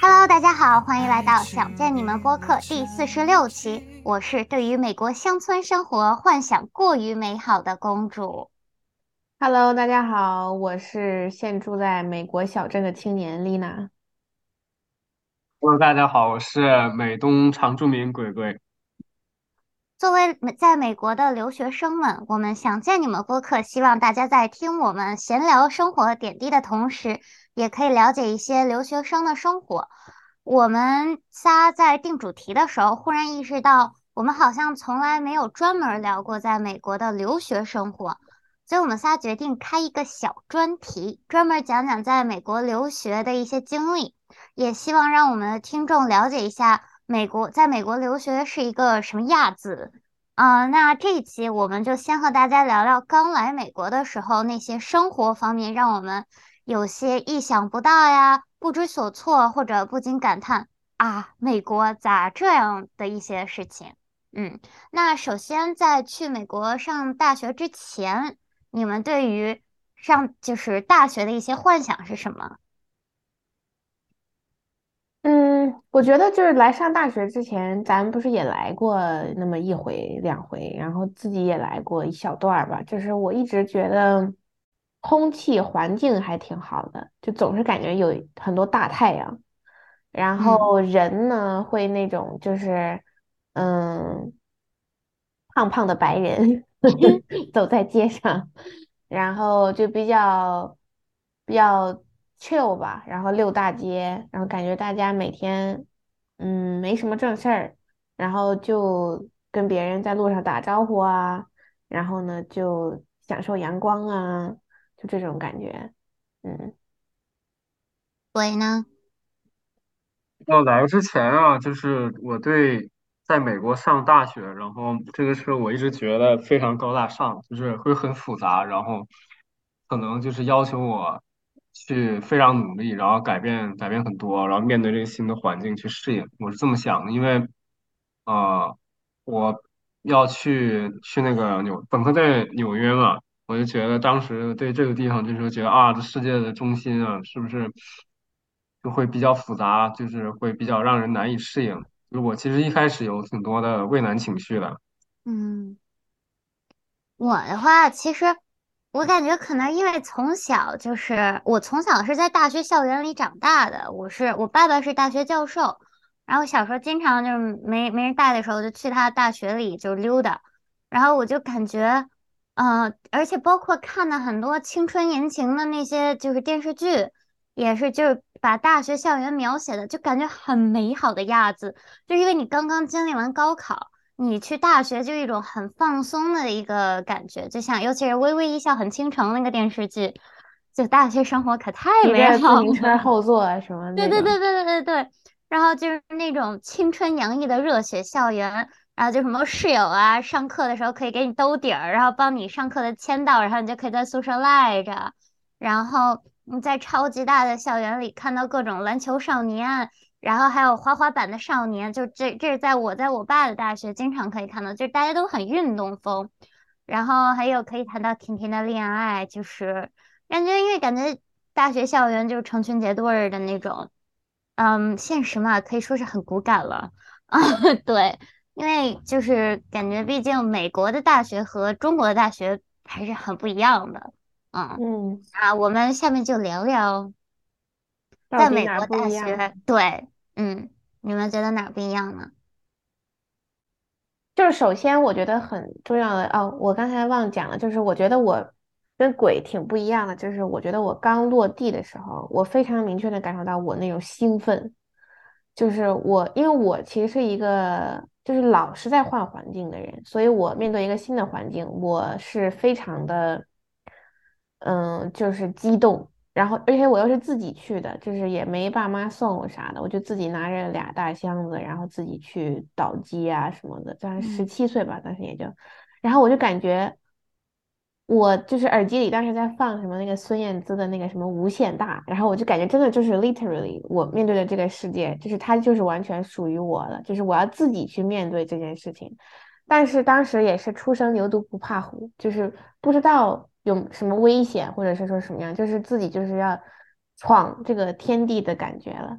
Hello，大家好，欢迎来到想见你们播客第46期。我是对于美国乡村生活幻想过于美好的公主。 Hello，大家好，我是现住在美国小镇的青年丽娜。 Hello，大家好，我是美东常住民鬼鬼。 作为在美国的留学生们，我们想见你们播客，希望大家在听我们闲聊生活点滴的同时，也可以了解一些留学生的生活。我们仨在定主题的时候，忽然意识到，我们好像从来没有专门聊过在美国的留学生活，所以我们仨决定开一个小专题，专门讲讲在美国留学的一些经历，也希望让我们的听众了解一下在美国留学是一个什么样子。那这一期我们就先和大家聊聊刚来美国的时候那些生活方面让我们有些意想不到呀、不知所措，或者不禁感叹啊，美国咋这样的一些事情。嗯，那首先在去美国上大学之前，你们对于就是大学的一些幻想是什么？ 我觉得就是来上大学之前，咱们不是也来过那么一回两回，然后自己也来过一小段儿吧。就是我一直觉得空气环境还挺好的，就总是感觉有很多大太阳，然嗯。 后人呢会那种就是嗯胖胖的白人走在街上，然后就比较 chill 吧，然后溜大街，然后感觉大家每天没什么正事儿，然后就跟别人在路上打招呼啊，然后呢就享受阳光啊，就这种感觉。嗯对呢？ 要来之前啊，就是我对在美国上大学，然后这个是我一直觉得非常高大上，就是会很复杂，然后可能就是要求我去非常努力，然后改变很多，然后面对这个新的环境去适应，我是这么想的，因为我要去那个本科在纽约嘛。我就觉得当时对这个地方就是觉得啊，这世界的中心啊，是不是就会比较复杂，就是会比较让人难以适应。就是我其实一开始有挺多的畏难情绪的。 嗯。我的话，其实我感觉可能因为我从小是在大学校园里长大的，我爸爸是大学教授，然后小时候经常就是没人带的时候就去他大学里就溜达，然后我就感觉，而且包括看了很多青春言情的那些就是电视剧，也是就是把大学校园描写的就感觉很美好的样子，就因为你刚刚经历完高考。你去大学就一种很放松的一个感觉，就像尤其是《微微一笑很倾城》那个电视剧，就大学生活可太骑着自美好行车了。 后座啊什么对那种。 对对对对对对，然后就是那种青春洋溢的热血校园，然后就什么室友啊，上课的时候可以给你兜底儿，然后帮你上课的签到，然后你就可以在宿舍赖着，然后你在超级大的校园里看到各种篮球少年。然后还有滑滑板的少年，就这是在我爸的大学经常可以看到，就是大家都很运动风，然后还有可以谈到甜甜的恋爱，就是因为感觉大学校园就是成群结队儿的那种，现实嘛可以说是很骨感了啊，对，因为就是感觉毕竟美国的大学和中国的大学还是很不一样的，嗯嗯， 我们下面就聊聊到底哪儿在美国不一样？ 大学，对。嗯，你们觉得哪儿不一样呢？ 就是首先我觉得很重要的哦，我刚才忘讲了，就是我觉得我跟鬼挺不一样的，就是我觉得我刚落地的时候，我非常明确的感受到我那种兴奋，就是因为我其实是一个就是老是在换环境的人，所以我面对一个新的环境，我是非常的就是激动。然后，而且我又是自己去的，就是也没爸妈送我啥的，我就自己拿着俩大箱子，然后自己去倒机啊什么的。当时十嗯七岁吧，当时也就，然后我就感觉我就是耳机里当时在放什么那个孙燕姿的那个什么无限大，然后我就感觉真的就是 literally 我面对的这个世界，就是它就是完全属于我了，就是我要自己去面对这件事情。但是当时也是初生牛犊不怕虎，就是不知道有什么危险，或者是说什么样，就是自己就是要闯这个天地的感觉了。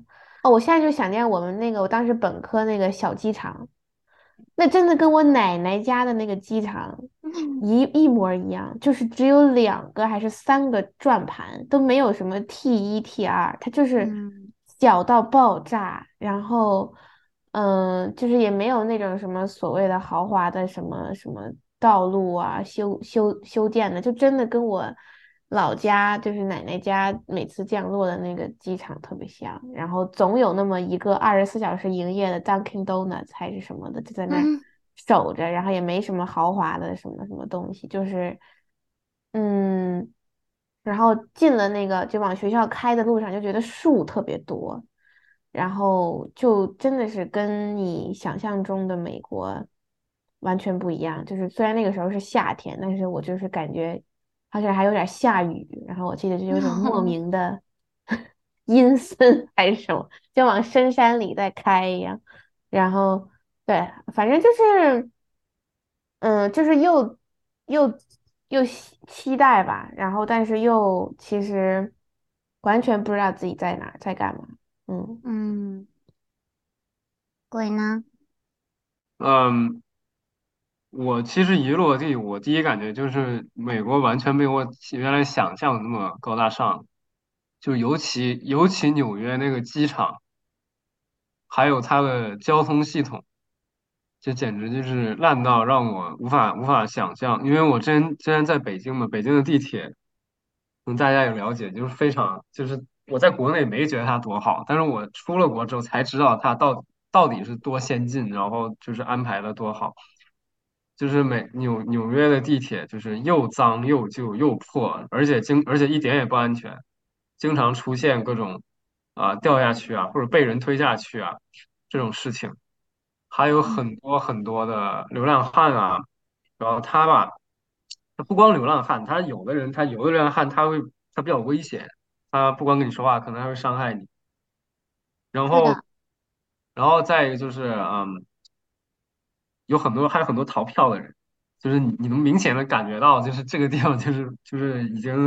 哦，我现在就想念我们那个我当时本科那个小机场，那真的跟我奶奶家的那个机场一模儿一样，就是只有2个还是3个转盘，都没有什么 T1、T2，它就是嗯小到爆炸，然后就是也没有那种什么所谓的豪华的什么什么道路啊，修建的，就真的跟我老家就是奶奶家每次降落的那个机场特别像，然后总有那么一个24小时营业的 Dunkin' Donuts 还是什么的，就在那儿嗯守着，然后也没什么豪华的什么什么东西，就是嗯，然后进了那个就往学校开的路上就觉得树特别多，然后就真的是跟你想象中的美国完全不一样。就是虽然那个时候是夏天，但是我就是感觉而且还有点下雨，然后我记得就有种莫嗯名的阴森还是什么，就往深山里在开一样。然后对，反正就是就是又又期待吧，然后但是又其实完全不知道自己在哪儿在干嘛。嗯。 嗯，鬼呢？ 嗯，我其实一落地，我第一感觉就是美国完全没有我原来想象的那么高大上，就尤其纽约那个机场，还有它的交通系统，这简直就是烂到让我无法想象。因为我之前在北京嘛，北京的地铁，大家也了解，就是非常就是我在国内没觉得它多好，但是我出了国之后才知道它到底是多先进，然后就是安排的多好。就是纽约的地铁就是又脏又旧又破，而且一点也不安全，经常出现各种掉下去啊或者被人推下去啊这种事情，还有很多很多的流浪汉啊，然后他吧，他不光流浪汉，他有的流浪汉他比较危险，他不光跟你说话，可能还会伤害你，然后是的， 再一个就是还有很多逃票的人，就是你能明显的感觉到，就是这个地方就是已经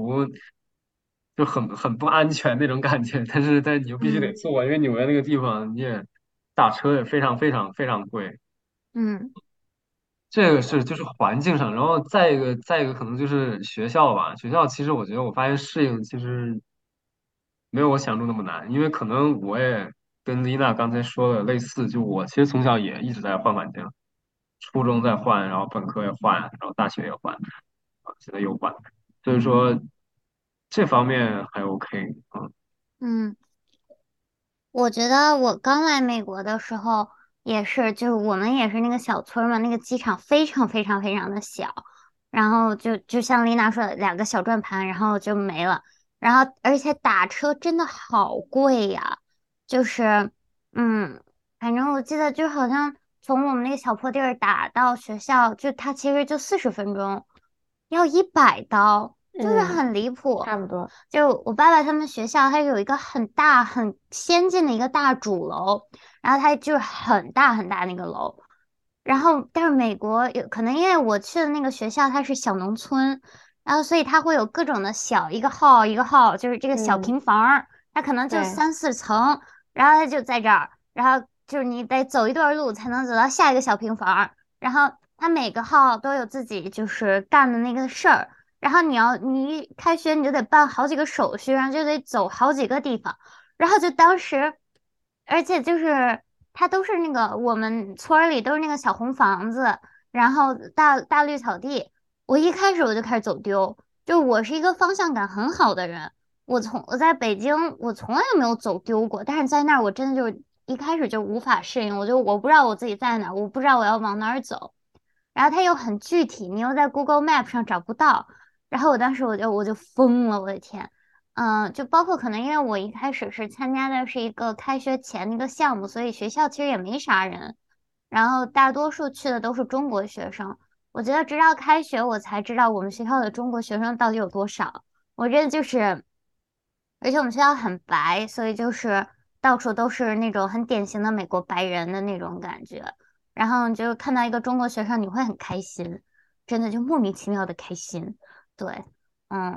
很不安全那种感觉，但是你又必须得嗯做，因为纽约那个地方你也打车也非常非常非常贵， 嗯这个是就是环境上，然后再一个可能就是学校吧，学校其实我觉得我发现适应其实没有我想中那么难，因为可能我也跟丽娜刚才说的类似，就我其实从小也一直在换环境。初中再换，然后本科也换，然后大学也换，现在又换，所以说这方面还 OK， 嗯。我觉得我刚来美国的时候也是，就是我们也是那个小村儿嘛，那个机场非常非常非常的小，然后就像丽娜说的，2个小转盘，然后就没了，然后而且打车真的好贵呀，就是嗯，反正我记得就好像从我们那个小破地儿打到学校，就它其实就40分钟，要100刀，就是嗯， 很离谱。 差不多。 就我爸爸他们学校，它有一个很大、很先进的一个大主楼，然后它就是很大很大那个楼。然后，但是美国有可能因为我去的那个学校它是小农村，然后所以它会有各种的小一个号一个号，就是这个小嗯， 平房儿，它可能就对， 3、4层，然后它就在这儿，然后就是你得走一段路才能走到下一个小平房儿，然后它每个号都有自己就是干的那个事儿。然后你一开学你就得办好几个手续，然后就得走好几个地方，然后就当时，而且就是它都是那个我们村儿里都是那个小红房子，然后大大绿草地，我一开始我就开始走丢，就我是一个方向感很好的人，我在北京我从来就没有走丢过，但是在那儿我真的就一开始就无法适应，我不知道我自己在哪儿，我不知道我要往哪儿走。然后它又很具体，你又在 Google Map 上找不到，然后我当时我就疯了，我的天，就包括可能因为我一开始是参加的是一个开学前的一个项目，所以学校其实也没啥人，然后大多数去的都是中国学生。我觉得直到开学我才知道我们学校的中国学生到底有多少。我这就是，而且我们学校很白，所以就是到处都是那种很典型的美国白人的那种感觉。然后你就看到一个中国学生，你会很开心，真的就莫名其妙的开心。对，嗯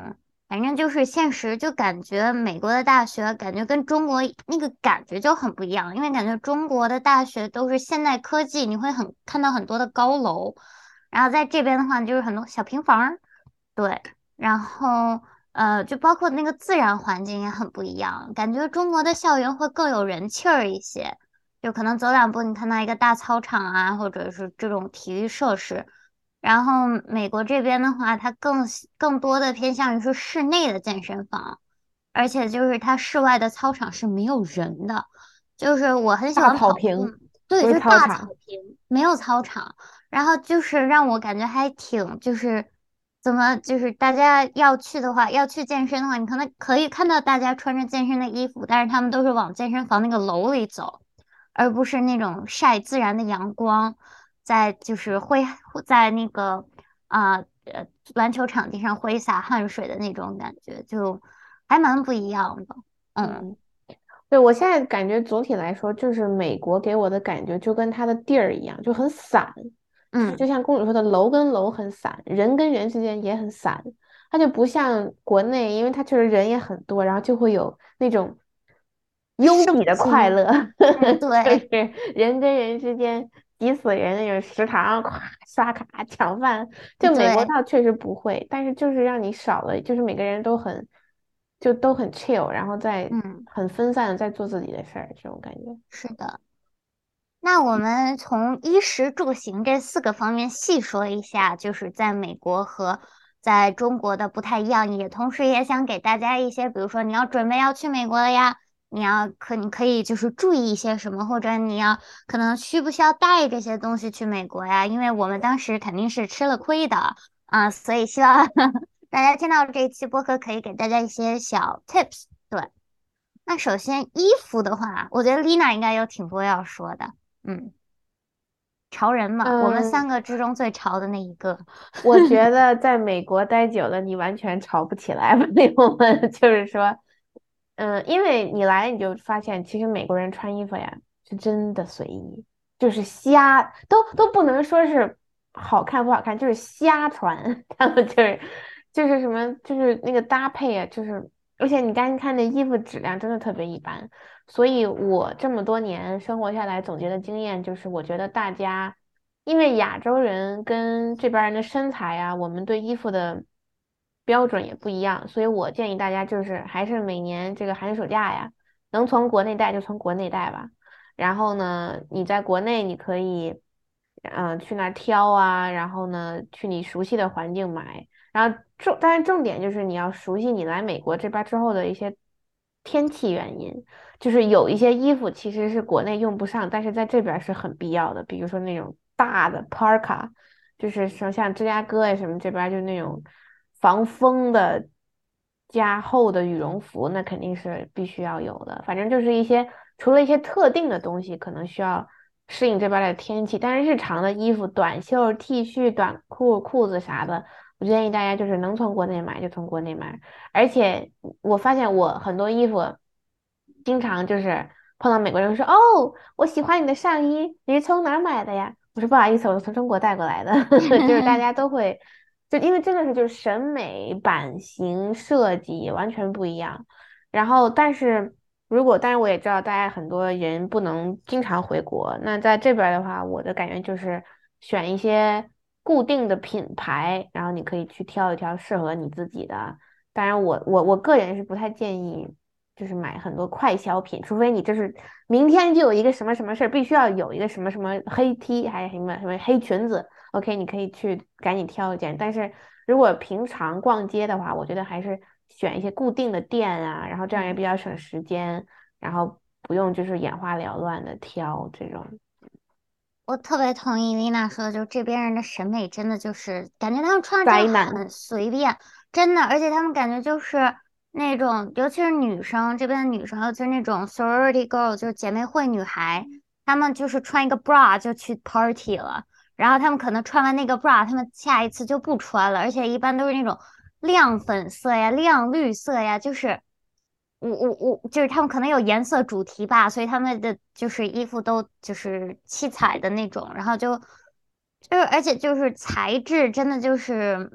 反正就是现实，就感觉美国的大学感觉跟中国那个感觉就很不一样，因为感觉中国的大学都是现代科技，你会看到很多的高楼，然后在这边的话就是很多小平房儿，对，然后就包括那个自然环境也很不一样，感觉中国的校园会更有人气儿一些，就可能走两步你看到一个大操场啊，或者是这种体育设施。然后美国这边的话，它更多的偏向于是室内的健身房，而且就是它室外的操场是没有人的。就是我很喜大欢跑步， 草坪， 对， 不是就是大草操场。 坪，没有操场。然后就是让我感觉还挺，就是怎么，就是大家要去的话，要去健身的话，你可能可以看到大家穿着健身的衣服，但是他们都是往健身房那个楼里走。而不是那种晒自然的阳光，在就是在那个篮球场地上挥洒汗水的那种感觉，就还蛮不一样的。嗯嗯。对，我现在感觉总体来说，就是美国给我的感觉就跟它的地儿一样，就很散，就是就嗯， 像公主说的，楼跟楼很散，人跟人之间也很散，它就不像国内，因为它确实人也很多，然后就会有那种拥生挤的快机， 乐， 嗯， 就是对人跟人之间挤死人那种食堂，咵刷卡抢饭，就美国对， 倒确实不会，但是就是让你少了，就是每个人都很 chill，然后在嗯， 很分散的在做自己的事儿，这种感觉。 是的。那我们从衣食住行这4个方面细说一下，就是在美国和在中国的不太一样，也同时也想给大家一些，比如说你要准备要去美国了呀，你可以就是注意一些什么，或者可能需不需要带这些东西去美国呀？因为我们当时肯定是吃了亏的啊，所以希望大家听到这一期播客可以给大家一些小 tips。对，那首先衣服的话，我觉得丽娜应该有挺多要说的。嗯。潮人嘛，我们嗯， 3个之中最潮的那一个。 我觉得在美国待久了，你完全吵不起来，朋友们。就是说，因为你来你就发现，其实美国人穿衣服呀是真的随意，就是瞎，都不能说是好看不好看，就是瞎穿。他们就是什么，就是那个搭配啊，而且你刚看那衣服质量真的特别一般。所以我这么多年生活下来总结的经验就是，我觉得大家。因为亚洲人跟这边儿人的身材呀，我们对衣服的标准也不一样，所以我建议大家就是还是每年这个寒暑假呀，能从国内带就从国内带吧。然后呢，你在国内你可以，去那儿挑啊，然后呢，去你熟悉的环境买。然后当然重点就是你要熟悉你来美国这边儿之后的一些天气原因。就是有一些衣服其实是国内用不上，但是在这边儿是很必要的，比如说那种大的 parka，就是说像芝加哥呀什么这边儿就那种防风的加厚的羽绒服，那肯定是必须要有的。反正就是除了一些特定的东西可能需要适应这边儿的天气，但是日常的衣服，短袖、T 恤、短裤、裤子啥的，我建议大家就是能从国内买就从国内买。而且我发现我很多衣服，经常就是碰到美国人说：“哦，我喜欢你的上衣，你是从哪儿买的呀？”我说：“不好意思，我是从中国带过来的。就是大家都会，就因为真的是就是审美、版型、设计完全不一样。然后，当然我也知道大家很多人不能经常回国，那在这边儿的话，我的感觉就是选一些固定的品牌，然后你可以去挑一挑适合你自己的。当然我个人是不太建议，就是买很多快消品，除非你就是明天就有一个什么什么事儿，必须要有一个什么什么黑 T 还是什么什么黑裙子，OK，你可以去赶紧挑一件。但是如果平常逛街的话，我觉得还是选一些固定的店啊，然后这样也嗯， 比较省时间，然后不用就是眼花缭乱的挑这种我特别同意丽娜说的，就是这边人的审美真的就是感觉他们穿的真的灾难。 很随便，真的，而且他们感觉就是那种，尤其是女生这边的女生，尤其是那种 sorority girl，就是姐妹会女孩，她们就是穿一个 bra 就去 party 了，然后她们可能穿完那个 bra，她们下一次就不穿了，而且一般都是那种亮粉色呀、亮绿色呀，就是就是他们可能有颜色主题吧，所以他们的就是衣服都就是七彩的那种，然后而且就是材质真的就是。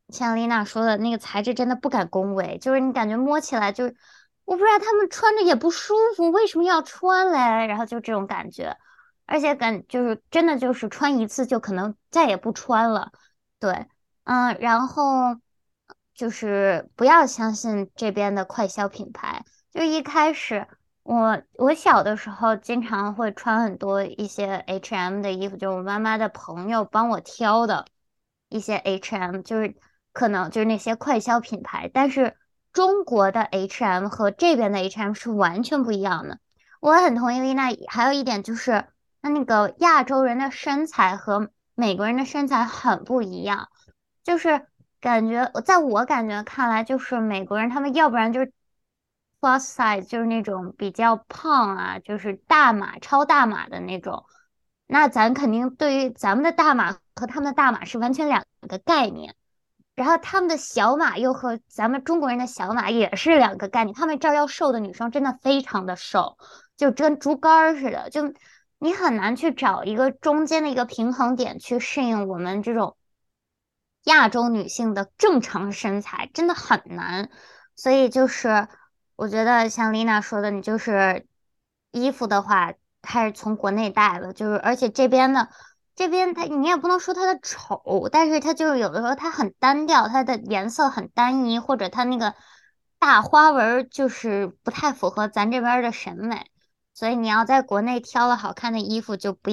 像丽娜说的那个材质真的不敢恭维，就是你感觉摸起来就是，我不知道他们穿着也不舒服，为什么要穿嘞？然后就这种感觉，而且就是真的就是穿一次就可能再也不穿了，对，然后就是不要相信这边的快消品牌，就一开始我小的时候经常会穿很多一些 H&M 的衣服，就是我妈妈的朋友帮我挑的。一些 H&M，就是可能就是那些快消品牌，但是中国的 H&M 和这边的 H&M 是完全不一样的。我很同意丽娜，还有一点就是，那个亚洲人的身材和美国人的身材很不一样，就是感觉在我感觉看来，就是美国人他们要不然就是 plus size，就是那种比较胖啊，就是大码、超大码的那种。那咱肯定对于咱们的大码和他们的大码是完全两个概念，然后他们的小码又和咱们中国人的小码也是两个概念。他们这儿要瘦的女生真的非常的瘦，就跟竹竿儿似的，就你很难去找一个中间的一个平衡点去适应我们这种亚洲女性的正常身材，真的很难。所以就是我觉得像丽娜说的，你就是衣服的话，还是从国内带的，就是而且这边它你也不能说它的丑，但是它就是有的时候它很单调，它的颜色很单一，或者它那个大花纹儿就是不太符合咱这边儿的审美。所以你要在国内挑了好看的衣服，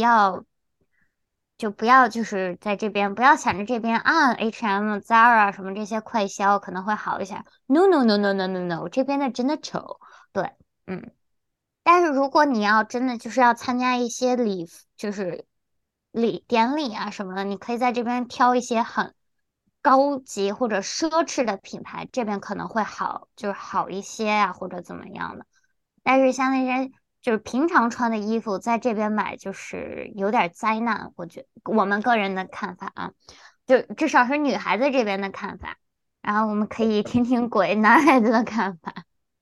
就不要就是在这边不要想着这边啊，H&M、Zara 什么这些快销可能会好一些。No no no no no no no，这边的真的丑。对，嗯。但是如果你要真的就是要参加一些就是典礼啊什么的，你可以在这边挑一些很高级或者奢侈的品牌，这边可能会好，就是好一些啊，或者怎么样的。但是像那些就是平常穿的衣服，在这边买就是有点灾难，我觉我们个人的看法啊，就至少是女孩子这边的看法。然后我们可以听听鬼男孩子的看法。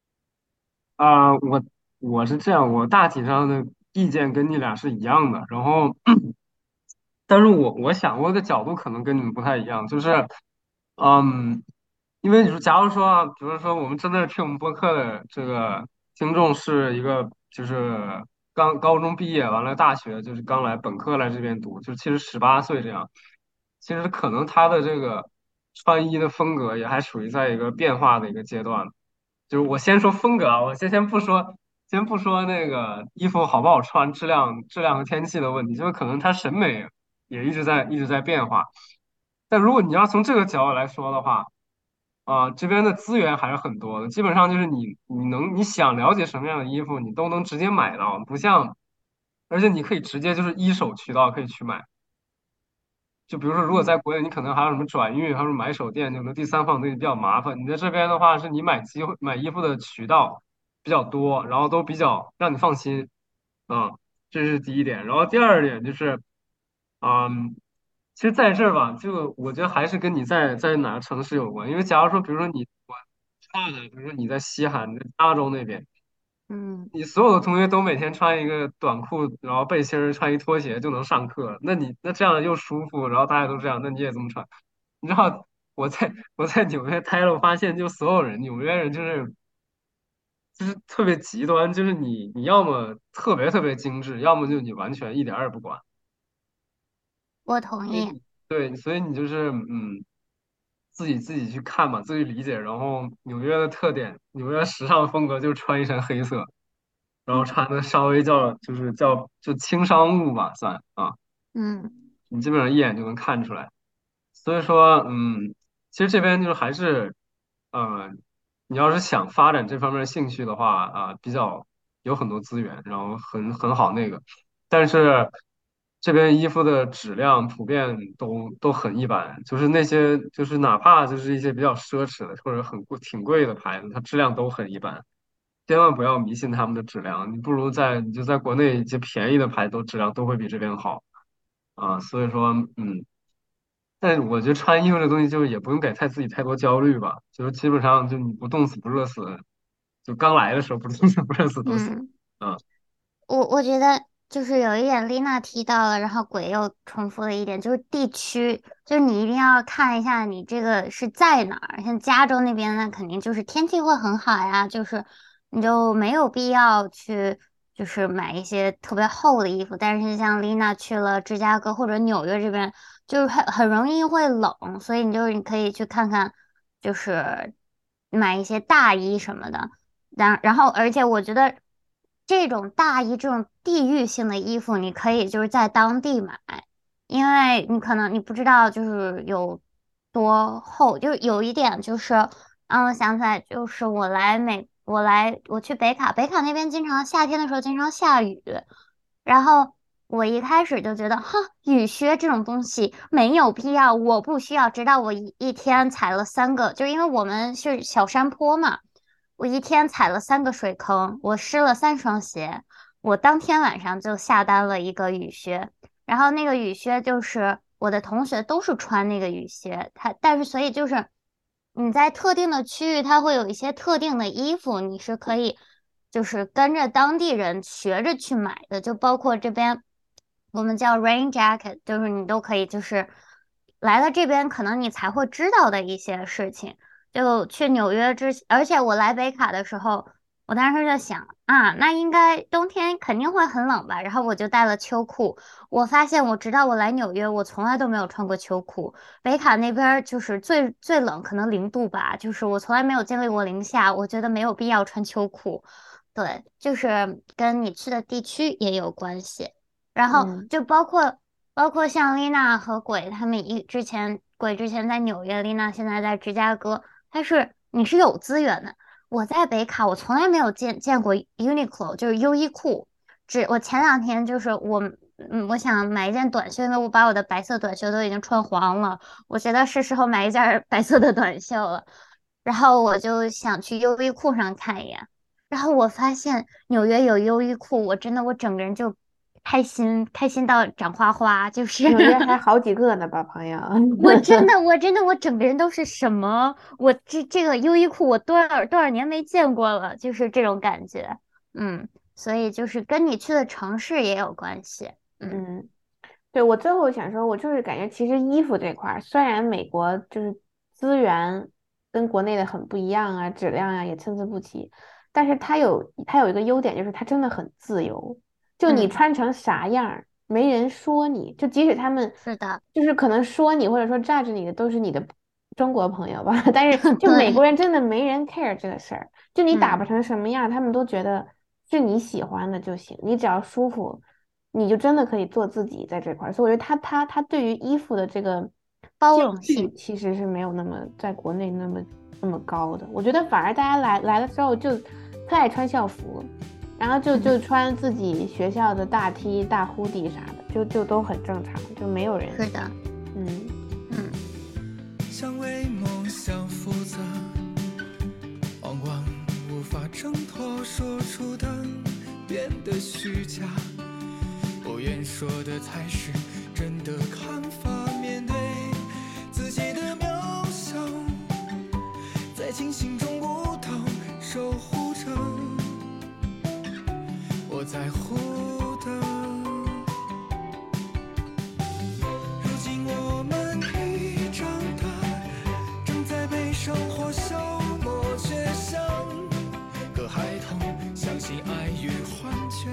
我是这样，我大体上的意见跟你俩是一样的，然后，但是我想我的角度可能跟你们不太一样，就是，嗯，因为你说，假如说啊，比如说我们真的听我们播客的这个听众是一个就是刚高中毕业完了大学就是刚来本科来这边读，就其实18岁这样，其实可能他的这个穿衣的风格也还属于在一个变化的一个阶段。就是我先说风格啊，我先不说那个衣服好不好穿，质量和天气的问题，就是可能他审美也一直在变化。但如果你要从这个角度来说的话，这边的资源还是很多的，基本上就是你想了解什么样的衣服，你都能直接买到，不像，而且你可以直接就是一手渠道可以去买。就比如说，如果在国内，你可能还有什么转运，还有什么买手店，可能第三方对你比较麻烦。你在这边的话，是你买衣服的渠道比较多，然后都比较让你放心，啊，这是第一点。然后第二点就是，嗯，其实在这儿吧，就我觉得还是跟你在哪个城市有关。因为假如说，比如说我知道的，比如说你在西海，在加州那边。 嗯。 你所有的同学都每天穿一个短裤，然后背心儿，穿一拖鞋就能上课，那这样又舒服，然后大家都这样，那你也这么穿。你知道我在纽约待了，我发现就所有人，纽约人就是特别极端，就是你要么特别特别精致，要么就你完全一点儿也不管。 我同意。 对，所以你就是自己去看嘛，自己理解。然后纽约的特点，纽约时尚风格就是穿一身黑色。然后穿的稍微就轻商务吧，算啊， 嗯。 你基本上一眼就能看出来。所以说，其实这边就是还是，呃，你要是想发展这方面兴趣的话比较有很多资源，然后很好那个，但是这边衣服的质量普遍都很一般，就是那些就是哪怕就是一些比较奢侈的或者挺贵的牌子，它质量都很一般。千万不要迷信他们的质量，你不如你就在国内一些便宜的牌子质量都会比这边好所以说，但我觉得穿衣服这东西就是也不用给自己太多焦虑吧，就是基本上就你不冻死不热死，就刚来的时候不冻死不热死都行嗯。 啊。 我觉得就是有一点丽娜提到了，然后鬼又重复了一点，就是地区，就是你一定要看一下你这个是在哪儿。像加州那边呢，肯定就是天气会很好呀，就是你就没有必要去就是买一些特别厚的衣服。但是像丽娜去了芝加哥或者纽约这边，就是很容易会冷，所以你可以去看看，就是买一些大衣什么的。然后，而且我觉得这种大衣、这种地域性的衣服，你可以就是在当地买，因为你可能你不知道就是有多厚，就是有一点就是，我想起来，就是我去北卡，北卡那边经常夏天的时候经常下雨，然后我一开始就觉得，哈，雨靴这种东西没有必要，我不需要。直到我一天踩了3个，就是因为我们是小山坡嘛。我一天踩了3个水坑，我湿了3双鞋。我当天晚上就下单了一个雨靴，然后那个雨靴就是我的同学都是穿那个雨靴，但是所以就是你在特定的区域，它会有一些特定的衣服，你是可以就是跟着当地人学着去买的，就包括这边我们叫 rain jacket，就是你都可以就是来了这边，可能你才会知道的一些事情。就去纽约而且我来北卡的时候，我当时就想啊，那应该冬天肯定会很冷吧，然后我就带了秋裤。我发现直到我来纽约，我从来都没有穿过秋裤。北卡那边儿就是最最冷，可能0度吧，就是我从来没有经历过零下，我觉得没有必要穿秋裤。对，就是跟你去的地区也有关系。然后嗯。 就包括像丽娜和鬼之前在纽约，丽娜现在在芝加哥，你是有资源的。我在北卡，我从来没有见过 Uniqlo，就是优衣库。我前2天就是我想买一件短袖，因为我把我的白色短袖都已经穿黄了，我觉得是时候买一件儿白色的短袖了。然后我就想去优衣库上看一眼，然后我发现纽约有优衣库，我整个人就开心到长花花，就是纽约还好几个呢吧，朋友。 我整个人都是什么？我这个优衣库我多少年没见过了，就是这种感觉。所以就是跟你去的城市也有关系。 嗯。对，我最后想说，我就是感觉其实衣服这块儿，虽然美国就是资源跟国内的很不一样啊，质量啊也参差不齐，但是它有一个优点，就是它真的很自由，就你嗯， 穿成啥样儿，没人说你，就即使他们是的， 就是可能说你或者说 judge 你的都是你的中国朋友吧，但是就美国对， 人真的没人 care 这个事儿，就你打扮嗯， 成什么样儿他们都觉得是你喜欢的就行，你只要舒服。你就真的可以做自己在这块儿，所以我觉得他对于衣服的这个包戒容性， 律其实是没有在国内那么高的。我觉得反而大家来了之后就特爱穿校服，然后就嗯， 穿自己学校的大 T 大 hoodie 啥的，就都很正常，就没有人。 是的， 嗯。 嗯， 想为梦想负责，往往无法挣脱说出的变得虚假，不愿说的才是真的看法。面对自己的渺小，在清醒中舞蹈，守护着我在乎的。如今我们已长大，正在悲伤或消磨，却像个孩童，相信爱与幻觉。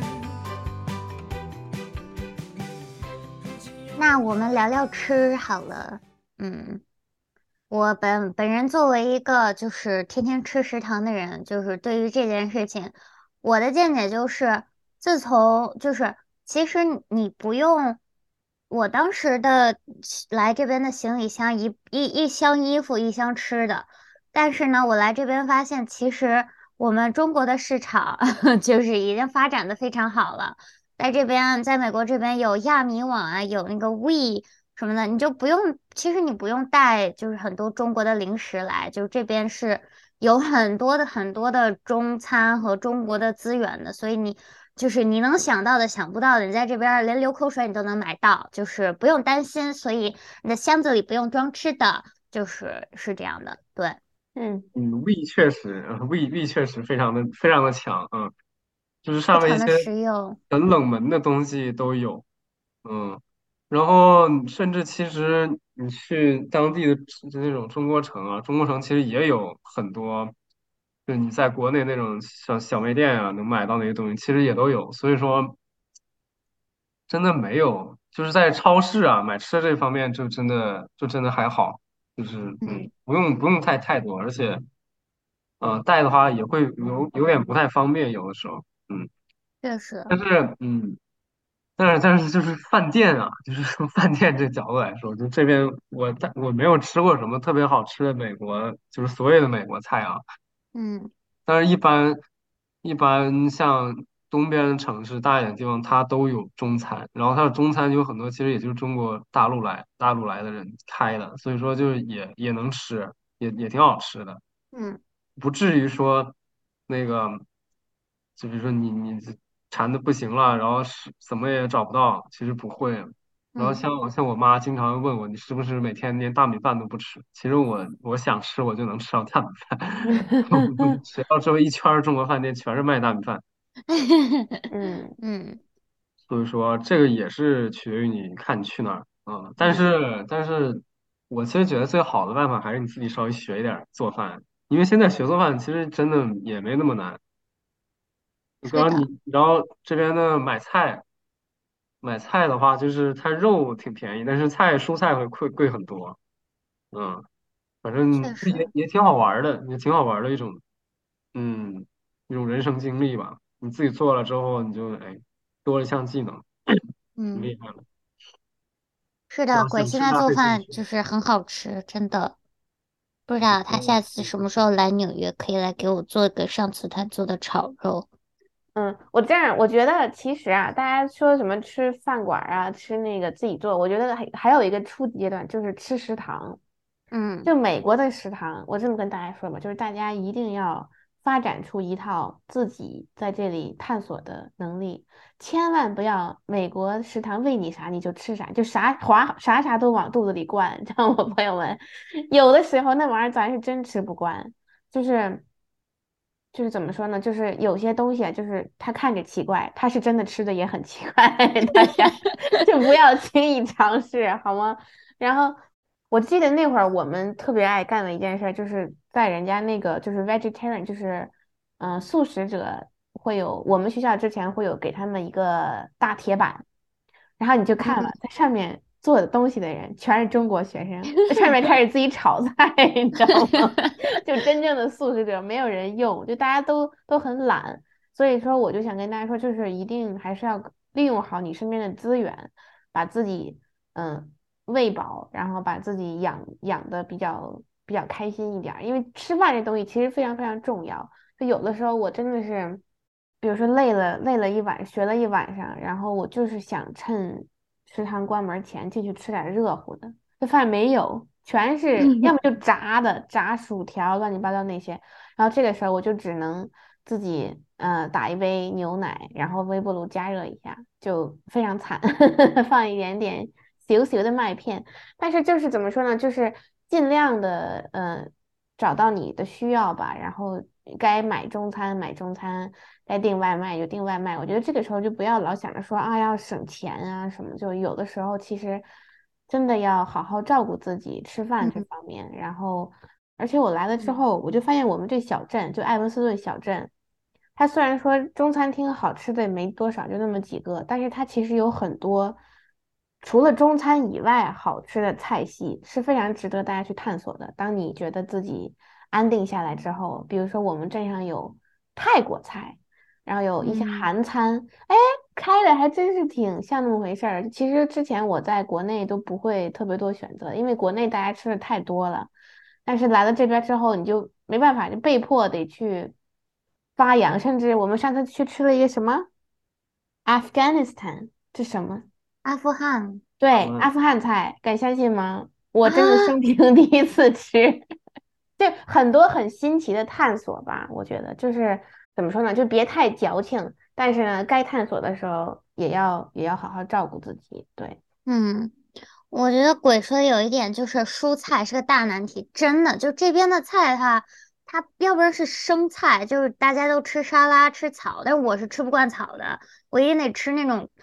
那我们聊聊吃好了。嗯。我本人作为一个就是天天吃食堂的人，就是对于这件事情，我的见解就是，自从就是其实你不用，我当时的来这边的行李箱一箱衣服一箱吃的，但是呢，我来这边发现，其实我们中国的市场就是已经发展的非常好了。在这边，在美国这边有亚米网啊，有那个 We 什么的，你就不用，其实你不用带，就是很多中国的零食来，就这边是有很多的中餐和中国的资源的，所以就是你能想到的、想不到的，你在这边儿连流口水你都能买到，就是不用担心，所以你的箱子里不用装吃的，是这样的，对。 嗯。 嗯，胃确实，胃确实非常的强， 就是不同的上面一些食用。 很冷门的东西都有。嗯，然后甚至其实你去当地的就那种中国城啊，中国城其实也有很多，就你在国内那种小卖店啊能买到那些东西，其实也都有。所以说，真的没有，就是在超市啊买吃的这方面就真的还好，就是嗯， 不用太多，而且带的话也会有点不太方便，有的时候。嗯， 确实。 但是但是就是饭店啊，就是从饭店这角度来说，就这边我没有吃过什么特别好吃的美国，就是所谓的美国菜啊。 嗯但是一般像东边的城市大一点的地方，它都有中餐，然后它的中餐有很多其实也就是中国大陆来的人开的，所以说就是也能吃，也挺好吃的。 嗯不至于说那个，就比如说你馋的不行了，然后是怎么也找不到，其实不会。然后嗯。 像我妈经常问我，你是不是每天连大米饭都不吃？其实我想吃，我就能吃到大米饭。学校周围一圈儿中国饭店全是卖大米饭， 嗯嗯所以说这个也是取决于你看你去哪儿。但嗯， 是我其实觉得最好的办法还是你自己稍微学一点儿做饭，因为现在学做饭其实真的也没那么难。 是的。 然后这边的买菜的话，就是它肉挺便宜，但是蔬菜会贵很多。嗯，反正这确实。 也挺好玩儿的，也挺好玩儿的嗯一种人生经历吧。你自己做了之后，你就多了一项技能，挺嗯， 厉害的。 是的， 然后鬼现在想吃啥做饭可以自己做。 就是很好吃，真的。不知道他下次什么时候来纽约，可以来给我做个上次他做的炒肉。 我觉得其实啊，大家说什么吃饭馆儿啊，吃那个自己做，我觉得还有一个初级阶段，就是吃食堂。 嗯就美国的食堂，我这么跟大家说吧，就是大家一定要发展出一套自己在这里探索的能力，千万不要美国食堂喂你啥你就吃啥，就啥都往肚子里灌。像我朋友们，有的时候那玩意儿咱是真吃不惯，就是就是怎么说呢？就是有些东西啊，就是它看着奇怪，它是真的吃的也很奇怪，大家就不要轻易尝试，好吗？然后我记得那会儿我们特别爱干的一件事儿，就是在人家那个就是 vegetarian，就是素食者会有，我们学校之前会有给他们一个大铁板，然后你就看了，在上面做的东西的人全是中国学生，在上面开始自己炒菜，你知道吗？就真正的素食者没有人用，就大家都很懒，所以说我就想跟大家说，就是一定还是要利用好你身边的资源，把自己喂饱，然后把自己养的比较开心一点儿，因为吃饭这东西其实非常非常重要。就有的时候我真的是，比如说累了一晚，学了一晚上，然后我就是想趁食堂关门前进去吃点热乎的，这饭没有，全是要么就炸的，炸薯条，乱七八糟那些。然后这个时候我就只能自己打一杯牛奶，然后微波炉加热一下，就非常惨，放一点点小小的麦片。但是就是怎么说呢，就是尽量的找到你的需要吧，然后该买中餐买中餐，该订外卖就订外卖。我觉得这个时候就不要老想着说啊要省钱啊什么，就有的时候其实真的要好好照顾自己吃饭这嗯方面。然后，而且我来了之嗯后，我就发现我们这小镇就艾文斯顿小镇。它虽然说中餐厅好吃的也没多少，就那么几个，但是它其实有很多除了中餐以外好吃的菜系是非常值得大家去探索的。当你觉得自己安定下来之后，比如说我们镇上有泰国菜，然后有一些嗯韩餐，哎，开的还真是挺像那么回事儿。其实之前我在国内都不会特别多选择，因为国内大家吃的太多了。但是来了这边之后，你就没办法，就被迫得去发扬。甚至我们上次去吃了一个什么 Afghanistan，这什么？ 阿富汗对， 嗯， 阿富汗菜，敢相信吗？我真的生啊。 平第一次吃，就很多很新奇的探索吧。我觉得就是怎么说呢，就别太矫情，但是呢，该探索的时候也要好好照顾自己。对， 嗯，我觉得鬼说的有一点就是蔬菜是个大难题，真的，就这边的菜它要不然是生菜，就是大家都吃沙拉吃草，但是我是吃不惯草的，我一定得吃那种。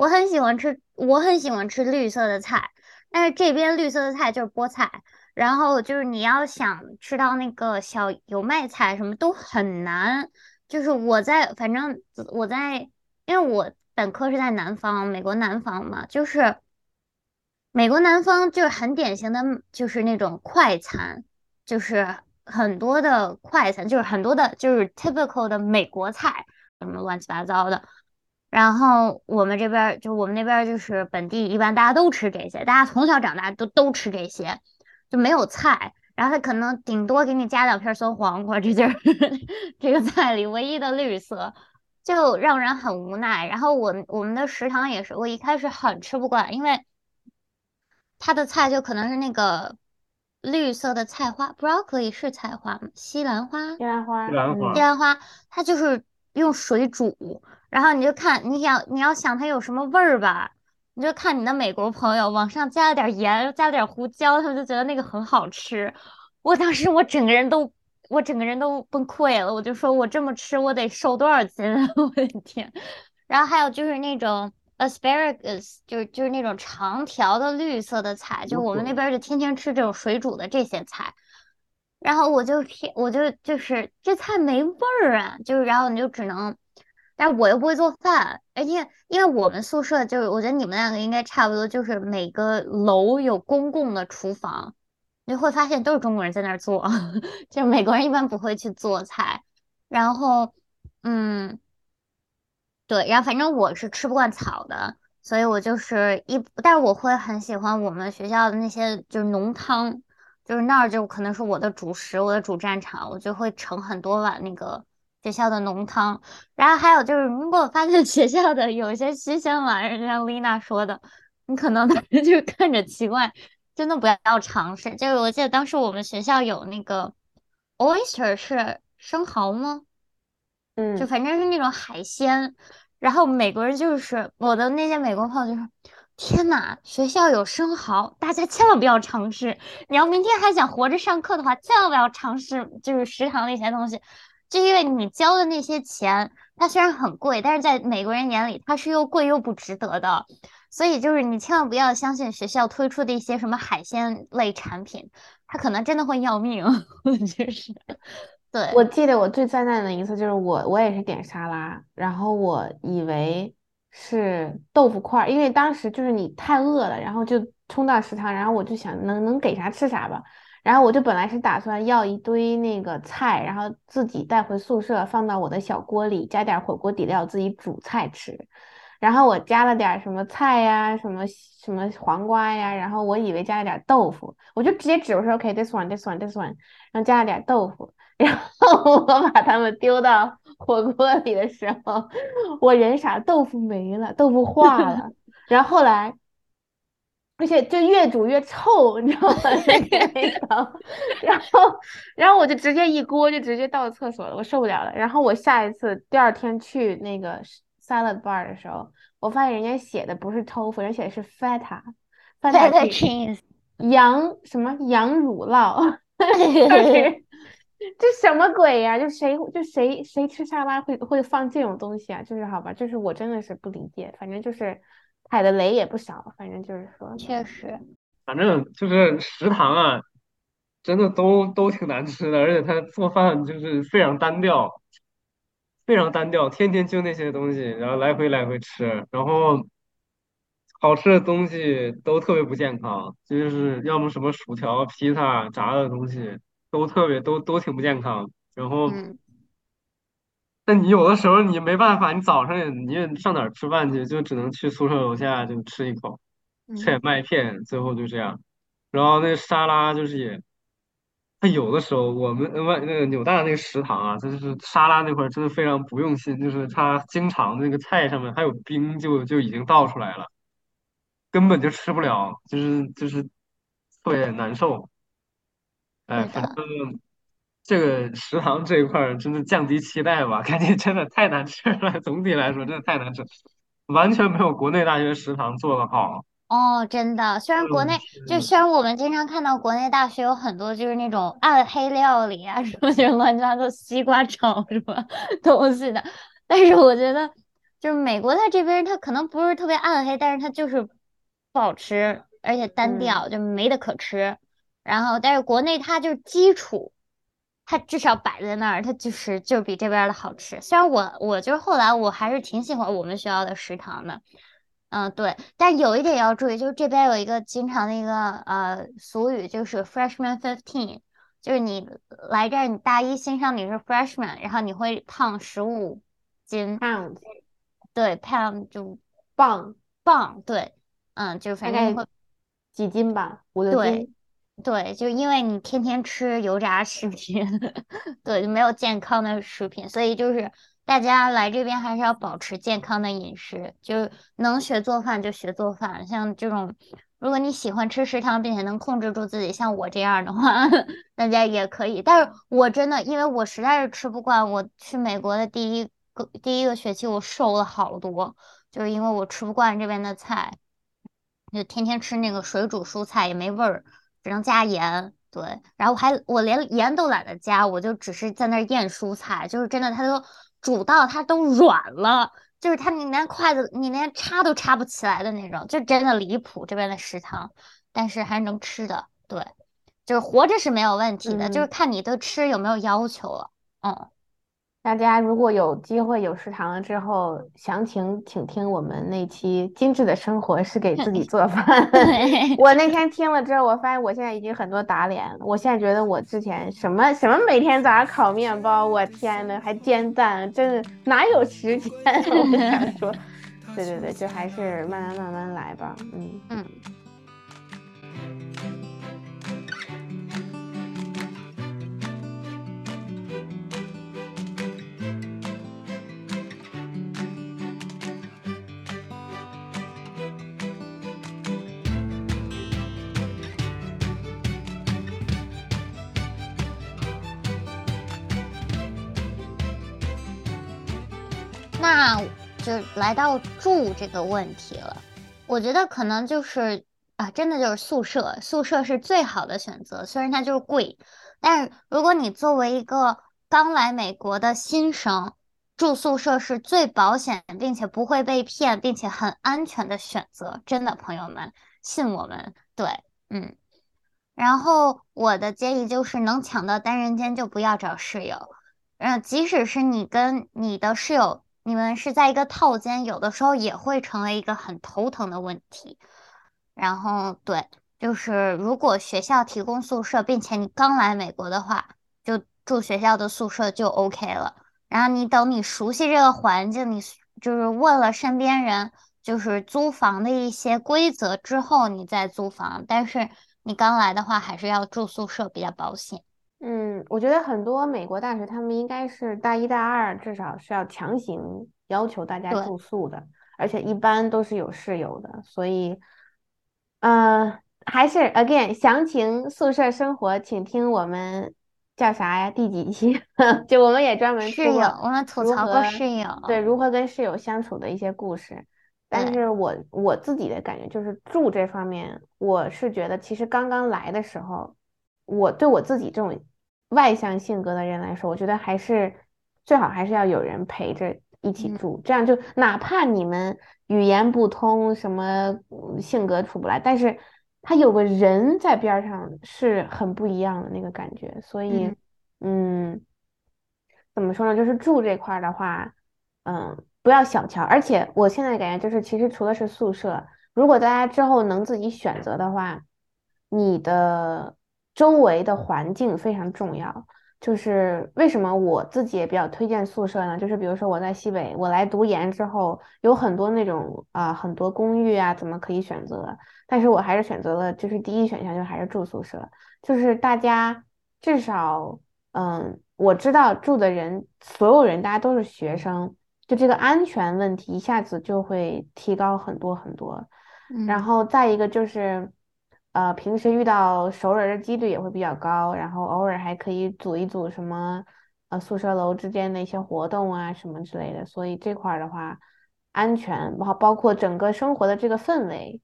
我很喜欢吃绿色的菜，但是这边绿色的菜就是菠菜，然后就是你要想吃到那个小油麦菜什么都很难。就是反正我在，因为我本科是在南方，美国南方嘛，就是美国南方就是很典型的，就是那种快餐，就是很多的快餐，就是很多的，就是 typical 的美国菜，什么乱七八糟的。然后我们那边儿就是本地一般大家都吃这些，大家从小长大都吃这些，就没有菜。然后他可能顶多给你加两片酸黄瓜，这就是这个菜里唯一的绿色，就让人很无奈。然后我们的食堂也是，我一开始很吃不惯，因为它的菜就可能是那个绿色的菜花，broccoli 是菜花吗？西兰花。 西兰花， 西西兰花， 兰花它就是用水煮，然后你就看你要想它有什么味儿吧，你就看你的美国朋友往上加了点盐，加了点胡椒，他们就觉得那个很好吃。我当时我整个人都崩溃了，我就说我这么吃我得瘦多少斤啊，我的天！然后还有就是那种 asparagus，就是那种长条的绿色的菜，就我们那边儿就天天吃这种水煮的这些菜。然后我就是这菜没味儿啊，就是然后你就只能，但是我又不会做饭，而且因为我们宿舍就是我觉得你们两个应该差不多，就是每个楼有公共的厨房，你就会发现都是中国人在那儿做，就是美国人一般不会去做菜，然后嗯。对，然后反正我是吃不惯草的，所以我就是但是我会很喜欢我们学校的那些就是浓汤，就是那儿就可能是我的主食，我的主战场，我就会盛很多碗那个学校的浓汤。然后还有就是，如果我发现学校的有一些新鲜玩意儿，就像丽娜说的，你可能就是看着奇怪，真的不要尝试。就是我记得当时我们学校有那个 oyster 是生蚝吗？就嗯， 反正是那种海鲜。然后美国人就是我的那些美国朋友就说：“天呐，学校有生蚝，大家千万不要尝试。你要明天还想活着上课的话，千万不要尝试，就是食堂那些东西，就因为你交的那些钱，它虽然很贵，但是在美国人眼里，它是又贵又不值得的。所以就是你千万不要相信学校推出的一些什么海鲜类产品，它可能真的会要命。就是对。 我记得我最灾难的一次就是我也是点沙拉，然后我以为是豆腐块儿，因为当时就是你太饿了，然后就冲到食堂，然后我就想能给啥吃啥吧，然后我就本来是打算要一堆那个菜，然后自己带回宿舍放到我的小锅里，加点儿火锅底料自己煮菜吃。然后我加了点儿什么菜呀，什么黄瓜呀，然后我以为加了点儿豆腐，我就直接指我说 OK，this one，this one，this one，然后加了点儿豆腐，然后我把它们丢到火锅里的时候，我人傻，豆腐没了，豆腐化了，然后后来。而且就越煮越臭，你知道吗？那个味道，然后，然后我就直接一锅就直接倒厕所了，我受不了了。然后我下一次第二天去那个 salad bar 的时候，我发现人家写的不是 tofu，人家写的是 feta，feta Feta cheese， cheese。 羊什么羊乳酪，就是这什么鬼呀、就谁吃沙拉会放这种东西啊？就是好吧，就是我真的是不理解，反正就是踩的雷也不少，反正就是说。 确实。 反正就是食堂啊，真的都挺难吃的，而且他做饭就是非常单调，非常单调，天天就那些东西，然后来回来回吃，然后好吃的东西都特别不健康，就是要么什么薯条、披萨、炸的东西都特别都挺不健康。然后， 嗯但你有的时候你没办法，你早上你也上哪儿吃饭去，就只能去宿舍楼下就吃一口，吃点嗯。 麦片，最后就这样。然后那沙拉就是也，它有的时候我们那个纽大那个食堂啊，它就是沙拉那块儿真的非常不用心，就是它经常那个菜上面还有冰就已经倒出来了。根本就吃不了，就是特别难受。哎，反正是的。 这个食堂这一块儿真的降低期待吧，感觉真的太难吃了。总体来说，真的太难吃，完全没有国内大学食堂做的好。 哦，真的，虽然国内是虽然我们经常看到国内大学有很多就是那种暗黑料理啊，什么就是乱七八糟西瓜炒什么东西的，但是我觉得就是美国它这边它可能不是特别暗黑，但是它就是不好吃，而且单嗯调，就没得可吃。然后，但是国内它就是基础，它至少摆在那儿，它就是比这边儿的好吃。虽然我就是后来我还是挺喜欢我们学校的食堂的。对，但有一点要注意，就是这边有一个经常的一个俗语，就是 freshman 15，就是你来这儿，你大一新上你是 freshman，然后你会胖15斤， ，pounds 对，pound 就磅， 磅，对，就大概反正你会几斤吧，5、6斤。 对对，就因为你天天吃油炸食品，对，就没有健康的食品，所以就是大家来这边还是要保持健康的饮食，就能学做饭就学做饭。像这种，如果你喜欢吃食堂，并且能控制住自己，像我这样的话，大家也可以。但是我真的，因为我实在是吃不惯，我去美国的第一个学期，我瘦了好多，就是因为我吃不惯这边的菜。就天天吃那个水煮蔬菜也没味儿，只能加盐。对，然后我连盐都懒得加，我就只是在那儿咽蔬菜，就是真的，它都煮到它都软了，就是它你连筷子你连插都插不起来的那种，就真的离谱这边的食堂，但是还是能吃的。对，就是活着是没有问题的，就是嗯， 看你对吃有没有要求了。嗯， 大家如果有机会有食堂了之后，详情请听我们那期《精致的生活是给自己做饭》。 对。 我那天听了之后，我发现我现在已经很多打脸了。我现在觉得我之前什么什么每天早上烤面包，我天呐，还煎蛋，真的哪有时间？我想说，对对对，就还是慢慢慢慢来吧。嗯。 嗯。那就来到住这个问题了。我觉得可能就是真的就是宿舍，宿舍是最好的选择，虽然它就是贵，但是如果你作为一个刚来美国的新生，住宿舍是最保险，并且不会被骗，并且很安全的选择。真的，朋友们，信我们，对，嗯。然后我的建议就是能抢到单人间就不要找室友。即使是你跟你的室友，你们是在一个套间，有的时候也会成为一个很头疼的问题。然后对，就是如果学校提供宿舍，并且你刚来美国的话，就住学校的宿舍就 OK 了。然后你等你熟悉这个环境，你就是问了身边人，就是租房的一些规则之后，你再租房。但是你刚来的话，还是要住宿舍比较保险。 嗯，我觉得很多美国大学他们应该是大一、大二至少是要强行要求大家对， 住宿的，而且一般都是有室友的，所以，还是 again 详情宿舍生活，请听我们叫啥呀？第几期？就我们也专门出室友， 过我们吐槽过如何室友。 对如何跟室友相处的一些故事。但对， 是我自己的感觉就是住这方面，我是觉得其实刚刚来的时候。我对我自己这种外向性格的人来说，我觉得还是最好还是要有人陪着一起嗯住，这样就哪怕你们语言不通，什么性格处不来，但是他有个人在边儿上是很不一样的那个感觉。所以， 嗯嗯，怎么说呢？就是住这块儿的话，不要小瞧。而且我现在感觉就是，其实除了是宿舍，如果大家之后能自己选择的话，你的周围的环境非常重要。就是为什么我自己也比较推荐宿舍呢？就是比如说我在西北，我来读研之后，有很多那种很多公寓啊，怎么可以选择？但是我还是选择了，就是第一选项就还是住宿舍，就是大家至少。我知道住的人，所有人大家都是学生，就这个安全问题一下子就会提高很多很多。然嗯后再一个就是，平时遇到熟人儿的几率也会比较高，然后偶尔还可以组一组什么，宿舍楼之间的一些活动啊什么之类的。所以这块儿的话，安全，然后包括整个生活的这个氛围。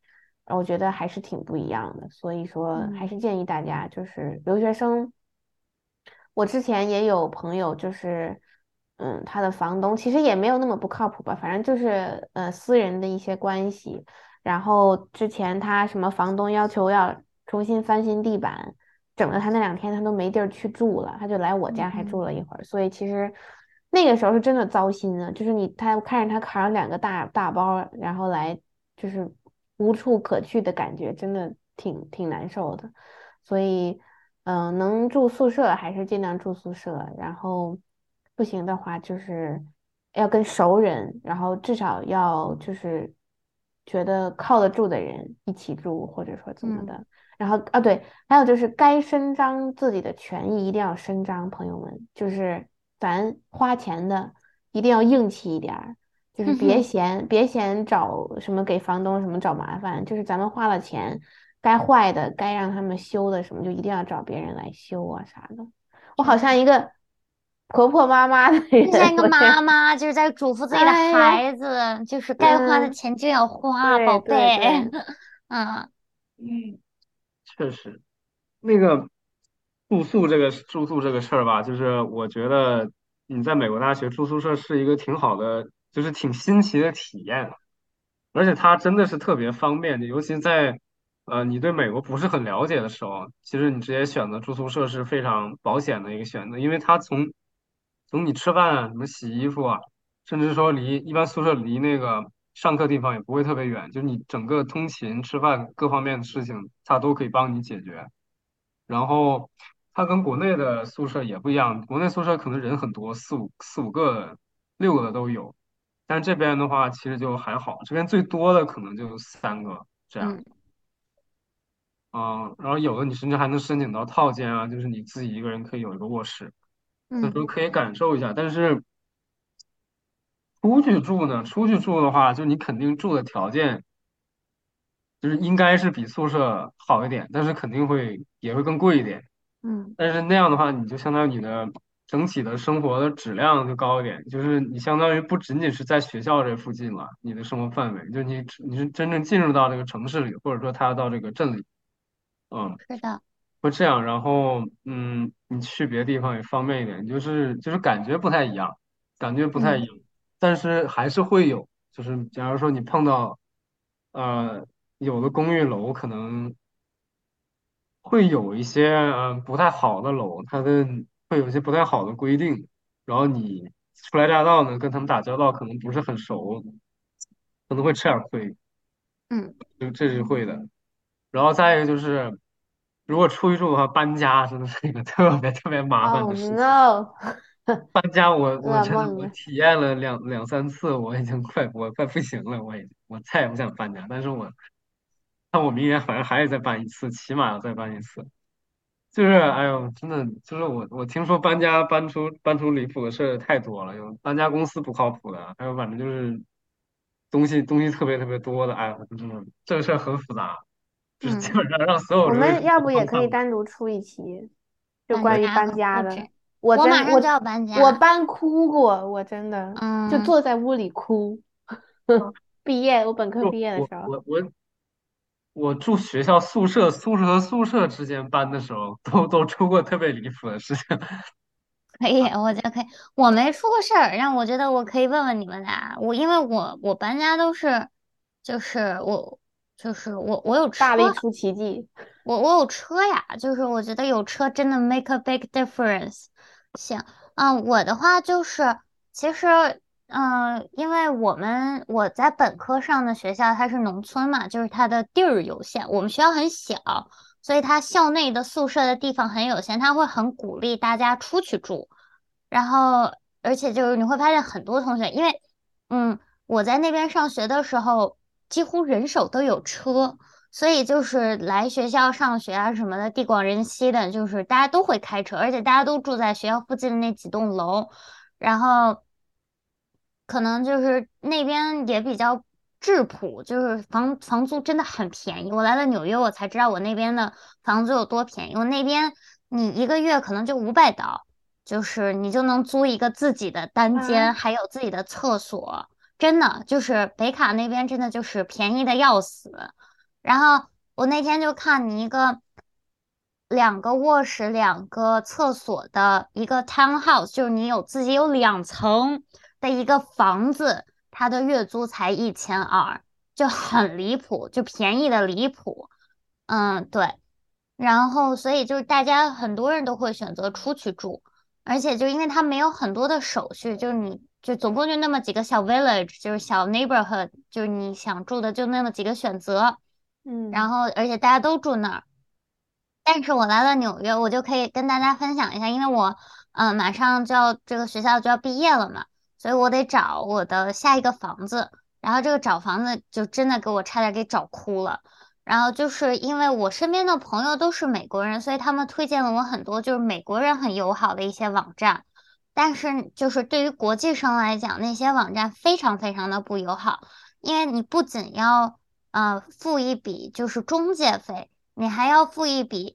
我觉得还是挺不一样的。所以说，还嗯是建议大家就是留学生。我之前也有朋友，就是他的房东其实也没有那么不靠谱吧，反正就是私人的一些关系。然后之前他什么房东要求要重新翻新地板，整了他那2天他都没地儿去住了，他就来我家还住嗯嗯了一会儿。所以其实那个时候是真的糟心啊，就是他看着他扛着2个大包，然后来就是无处可去的感觉，真的挺难受的。所以能住宿舍还是尽量住宿舍，然后不行的话就是要跟熟人，然后至少要就是觉得靠得住的人一起住，或者说怎么嗯， 的。然后啊，对，还有就是该伸张自己的权益一定要伸张，朋友们，就是咱花钱的一定要硬气一点儿，就是别嫌找什么给房东什么找麻烦，就是咱们花了钱，该坏的该让他们修的什么就一定要找别人来修啊啥的。我好确实。 像一个婆婆妈妈的人， 就像一个我这， 妈妈，就是在嘱咐自己的哎呀， 孩子，就是该花的嗯， 钱就要花， 对宝贝。 对对， 嗯嗯，确实。那个住宿这个事儿吧，就是我觉得你在美国大学住宿舍是一个挺好的，就是挺新奇的体验，而且它真的是特别方便，尤其在你对美国不是很了解的时候，其实你直接选择住宿舍是非常保险的一个选择，因为它从你吃饭啊、什么洗衣服啊，甚至说一般宿舍离那个上课地方也不会特别远，就是你整个通勤、吃饭各方面的事情，它都可以帮你解决。然后它跟国内的宿舍也不一样，国内宿舍可能人很多，四五个、6个的都有，但这边的话其实就还好，这边最多的可能就3个这样。 嗯然后有的你甚至还能申请到套间啊，就是你自己一个人可以有一个卧室，那时嗯候可以感受一下。但是出去住的话，就你肯定住的条件就是应该是比宿舍好一点，但是肯定也会更贵一点。 嗯， 但是那样的话，你就相当于你的整体的生活的质量就高一点，就是你相当于不仅仅是在学校这附近了，你的生活范围，就你是真正进入到这个城市里，或者说他到这个镇里，嗯， 是的， 会这样。然后你去别的地方也方便一点，就是感觉不太一样，感觉不太嗯一样，但是还是会有，就是假如说你碰到呃有的公寓楼可能。会有一些不太好的楼，它的会有一些不太好的规定，然后你初来乍到呢，跟他们打交道可能不是很熟，可能会吃点儿亏， 嗯， 就这是会的。然后再一个就是，如果出去住的话，搬家真的是一个特别特别麻烦 ，Oh 的事情。 no， 搬家我噩真的我梦啊！ 体验了两三次，我已经快不行了，我再也不想搬家。但是看我明年反正还得再搬一次，起码要再搬一次。就是哎呦，真的就是我听说搬出离谱的事儿太多了，有搬家公司不靠谱的，还有反正就是东西特别特别多的，哎呦，真的这个事儿很复杂，就是基嗯， 本上让所有我留学生们要不也可以都看过。 单独出一期，就搬关于搬家可家的。 不止，我马上就要搬家。 我搬哭过，我真的就嗯， 坐在屋里哭。毕业，我本科就毕业的时候， 我住学校宿舍，宿舍和宿舍之间搬的时候，都出过特别离谱的事情。 可以，我觉得可以。我没出过事儿，让我觉得我可以问问你们俩。因为我搬家都是，就是我我有车， 大力出奇迹。 我有车呀，就是我觉得有车真的 make a big difference。行，我的话就是，其实，因为我在本科上的学校它是农村嘛，就是它的地儿有限，我们学校很小，所以它校内的宿舍的地方很有限，它会很鼓励大家出去住。然后，而且就是你会发现很多同学，因为，我在那边上学的时候，几乎人手都有车。所以就是来学校上学啊什么的，地广人稀的，就是大家都会开车，而且大家都住在学校附近的那几栋楼，然后可能就是那边也比较质朴，就是房租真的很便宜。我来了纽约，我才知道我那边的房租有多便宜。我那边你一个月可能就500刀，就是你就能租一个自己的单间， 啊， 还有自己的厕所。真的就是北卡那边真的就是便宜的要死。 然后我那天就看你一个2个卧室、2个厕所的一个 townhouse，就是你自己有2层的一个房子，它的月租才1200，就很离谱，就便宜的离谱。对。然后所以就是大家很多人都会选择出去住，而且就因为它没有很多的手续，就是你就总共就那么几个小 village，就是小 neighborhood，就是你想住的就那么几个选择，然嗯后而且大家都住那儿。但是我来了纽约，我就可以跟大家分享一下，因为我马上就要这个学校就要毕业了嘛，所以我得找我的下一个房子。然后这个找房子就真的给我差点给找哭了。然后就是因为我身边的朋友都是美国人，所以他们推荐了我很多就是美国人很友好的一些网站。但是就是对于国际生来讲，那些网站非常非常的不友好，因为你不仅要付一笔就是中介费。你还要付一笔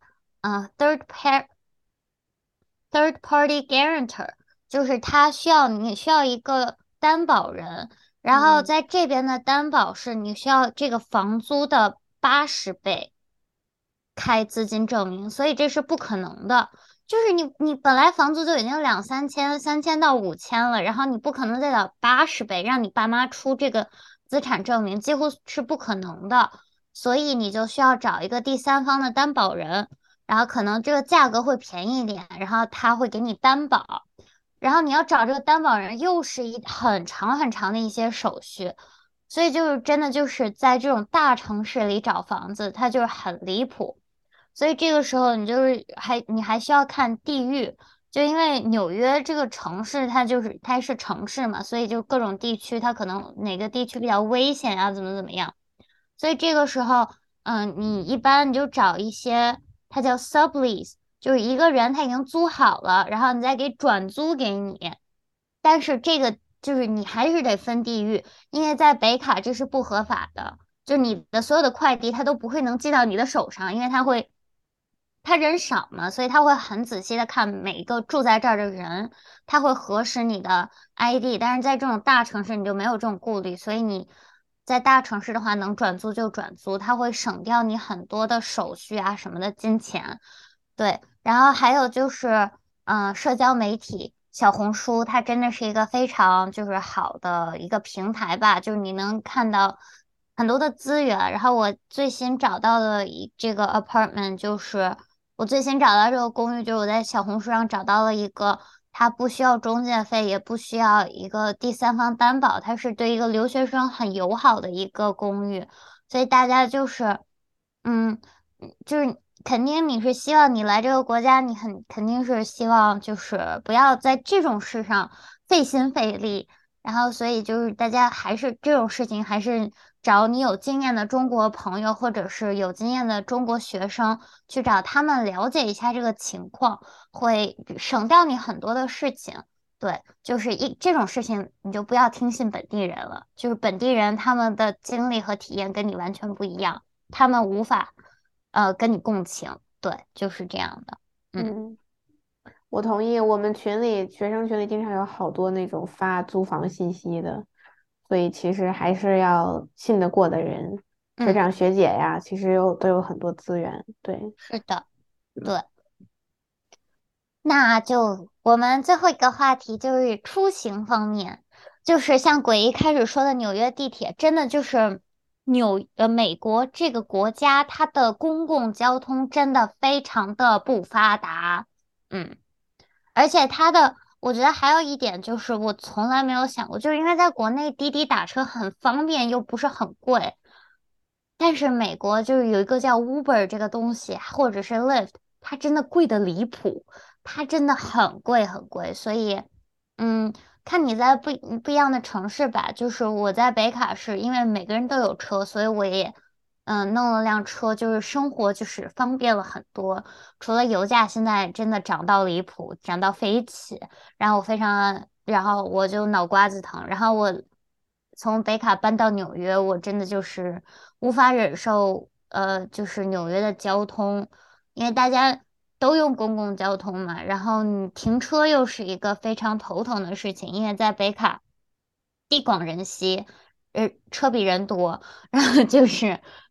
third party guarantor，就是你需要一个担保人，然后嗯在这边的担保是你需要这个房租的80倍开资金证明，所以这是不可能的。就是你本来房租就已经2、3千、3000到5000了，然后你不可能再找80倍让你爸妈出这个资产证明，几乎是不可能的。所以你就需要找一个第三方的担保人，然后可能这个价格会便宜一点，然后他会给你担保，然后你要找这个担保人又是很长很长的一些手续，所以就是真的就是在这种大城市里找房子，它就是很离谱。所以这个时候你还需要看地域，就因为纽约这个城市它是城市嘛，所以就各种地区它可能哪个地区比较危险啊，怎么样。所以这个时候，你一般就找一些，它叫 sublease，就是一个人他已经租好了，然后你再给转租给你。但是这个就是你还是得分地域，因为在北卡这是不合法的，就你的所有的快递它都不会能寄到你的手上，因为他人少嘛，所以他会很仔细的看每一个住在这儿的人，他会核实你的 ID。但是在这种大城市你就没有这种顾虑，所以你在大城市的话能转租就转租，他会省掉你很多的手续啊什么的金钱。对，然后还有就是，社交媒体，小红书，它真的是一个非常就是好的一个平台吧，就是你能看到很多的资源。然后我最新找到的这个 apartment，就是我最新找到这个公寓，就是我在小红书上找到了一个，它不需要中介费，也不需要一个第三方担保，它是对一个留学生很友好的一个公寓，所以大家就是。嗯，就是肯定你是希望你来这个国家，你肯定是希望就是不要在这种事上费心费力，然后所以就是大家还是这种事情还是找你有经验的中国朋友或者是有经验的中国学生去找他们了解一下这个情况，会省掉你很多的事情。对，就是这种事情，你就不要听信本地人了，就是本地人他们的经历和体验跟你完全不一样。他们无法跟你共情，对，就是这样的。嗯， 嗯，我同意。我们学生群里经常有好多那种发租房信息的，所以其实还是要信得过的人，学嗯， 长学姐呀，其实都有很多资源。对， 是的，对。那就我们最后一个话题就是出行方面，就是像鬼一开始说的，纽约地铁真的就是美国这个国家它的公共交通真的非常的不发达。嗯。而且我觉得还有一点就是我从来没有想过，就是因为在国内滴滴打车很方便，又不是很贵。但是美国就是有一个叫 Uber 这个东西，或者是 Lyft，它真的贵的离谱，它真的很贵很贵。所以，嗯，看你在不一样的城市吧。就是我在北卡市，因为每个人都有车，所以我也弄了辆车，就是生活就是方便了很多。除了油价现在真的涨到离谱，涨到飞起，然后我就脑瓜子疼，然后我从北卡搬到纽约，我真的就是无法忍受，就是纽约的交通，因为大家都用公共交通嘛，然后你停车又是一个非常头疼的事情，因为在北卡地广人稀，车比人多，然后就是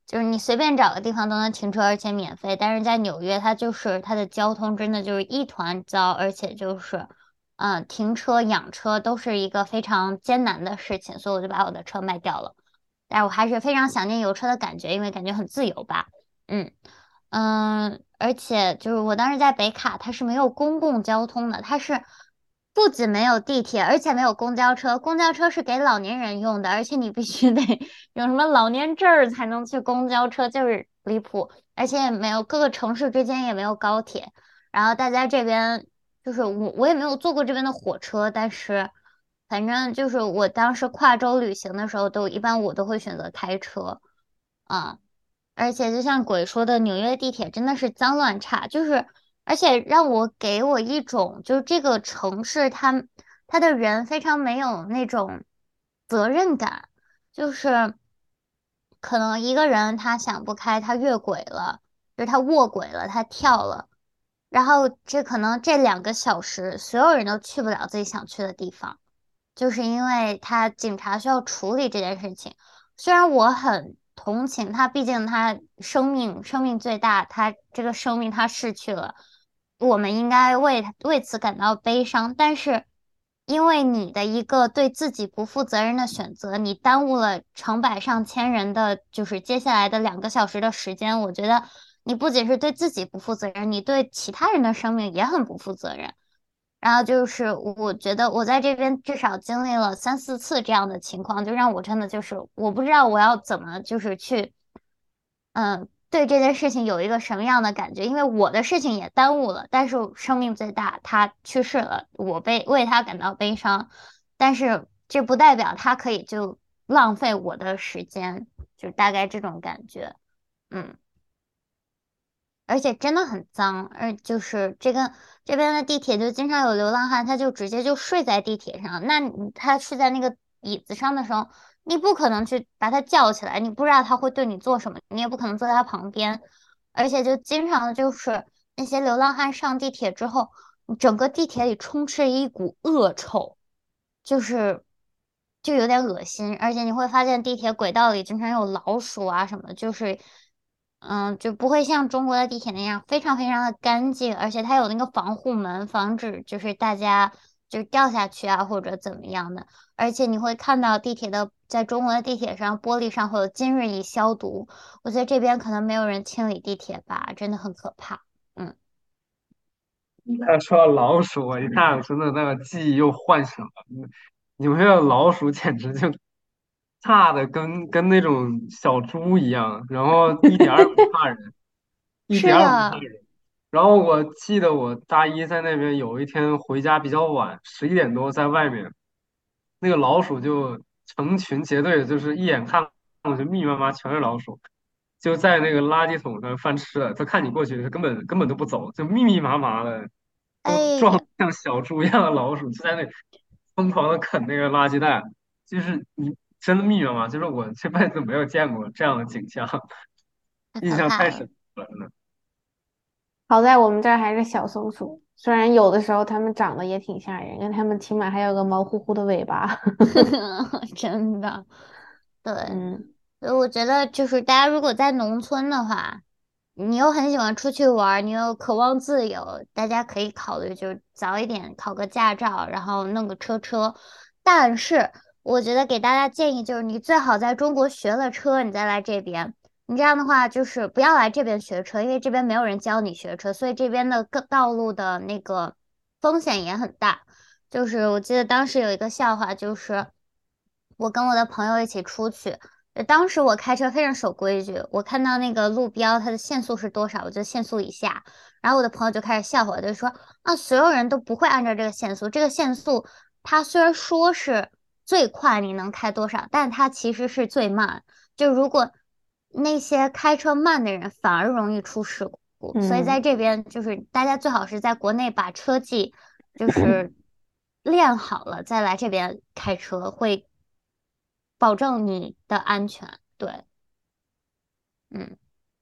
就是你随便找个地方都能停车，而且免费。但是在纽约，它的交通真的就是一团糟，而且就是停车养车都是一个非常艰难的事情，所以我就把我的车卖掉了。但是我还是非常想念油车的感觉，因为感觉很自由吧。嗯而且就是我当时在北卡，它是没有公共交通的，它是不仅没有地铁，而且没有公交车。公交车是给老年人用的，而且你必须得有什么老年证儿才能去公交车，就是离谱。而且也没有各个城市之间也没有高铁。然后大家这边就是我也没有坐过这边的火车，但是反正就是我当时跨州旅行的时候一般我都会选择开车。啊。而且就像鬼说的，纽约地铁真的是脏乱差，就是而且给我一种就是这个城市它的人非常没有那种责任感，就是可能一个人他想不开，他越轨了，就是他卧轨了，他跳了，然后可能这2个小时所有人都去不了自己想去的地方。就是因为警察需要处理这件事情。虽然我很同情他，毕竟他生命最大，他这个生命他逝去了，我们应该为此感到悲伤。但是因为你的一个对自己不负责任的选择，你耽误了成百上千人的，就是接下来的2个小时的时间。我觉得你不仅是对自己不负责任，你对其他人的生命也很不负责任。然后就是我觉得我在这边至少经历了3、4次这样的情况，就让我真的就是我不知道我要怎么就是去对这件事情有一个什么样的感觉，因为我的事情也耽误了，但是生命最大，他去世了，我为他感到悲伤，但是这不代表他可以就浪费我的时间，就大概这种感觉。嗯。而且真的很脏，就是这边的地铁就经常有流浪汉，他就直接就睡在地铁上。他睡在那个椅子上的时候，你不可能去把他叫起来，你不知道他会对你做什么，你也不可能坐在他旁边。而且就经常就是那些流浪汉上地铁之后，整个地铁里充斥一股恶臭，就是就有点恶心，而且你会发现地铁轨道里经常有老鼠啊什么的，就是就不会像中国的地铁那样非常非常的干净，而且它有那个防护门，防止就是大家就掉下去啊或者怎么样的，而且你会看到在中国的地铁上玻璃上会有今日已消毒，我觉得这边可能没有人清理地铁吧，真的很可怕。嗯。 他说到老鼠，我一看真的那个记忆又唤醒了。你们那个老鼠简直就差的跟那种小猪一样，然后一点儿也不怕人，一点儿也不怕是的。 人。然后我记得我大一在那边有一天回家比较晚，11点多在外面，那个老鼠就成群结队的，就是一眼看过去密密麻麻全是老鼠，就在那个垃圾桶上翻吃的。他看你过去，他根本都不走，就密密麻麻的，都哎呀。 撞得像小猪一样的老鼠，就在那疯狂的啃那个垃圾袋。就是你真的密密麻麻，就是我这辈子没有见过这样的景象， 太印可怕了。 象太深了，真的。 好在我们这儿还是小松鼠，虽然有的时候它们长得也挺吓人，但它们起码还有个毛乎乎的尾巴。 真的。对。 嗯。 所以我觉得就是大家如果在农村的话，你又很喜欢出去玩儿，你又渴望自由，大家可以考虑就是早一点考个驾照，然后弄个车。但是我觉得给大家建议就是，你最好在中国学了车，你再来这边。你这样的话就是不要来这边学车，因为这边没有人教你学车，所以这边的各道路的那个风险也很大。就是我记得当时有一个笑话，就是我跟我的朋友一起出去。当时我开车非常守规矩，我看到那个路标，它的限速是多少，我就限速以下。然后我的朋友就开始笑话，就说啊，所有人都不会按照这个限速，这个限速它虽然说是最快你能开多少，但它其实是最慢。就如果那些开车慢的人反而容易出事故，所以在嗯。 这边就是大家最好是在国内把车技就是练好了再来这边开车，会保证你的安全。对。嗯。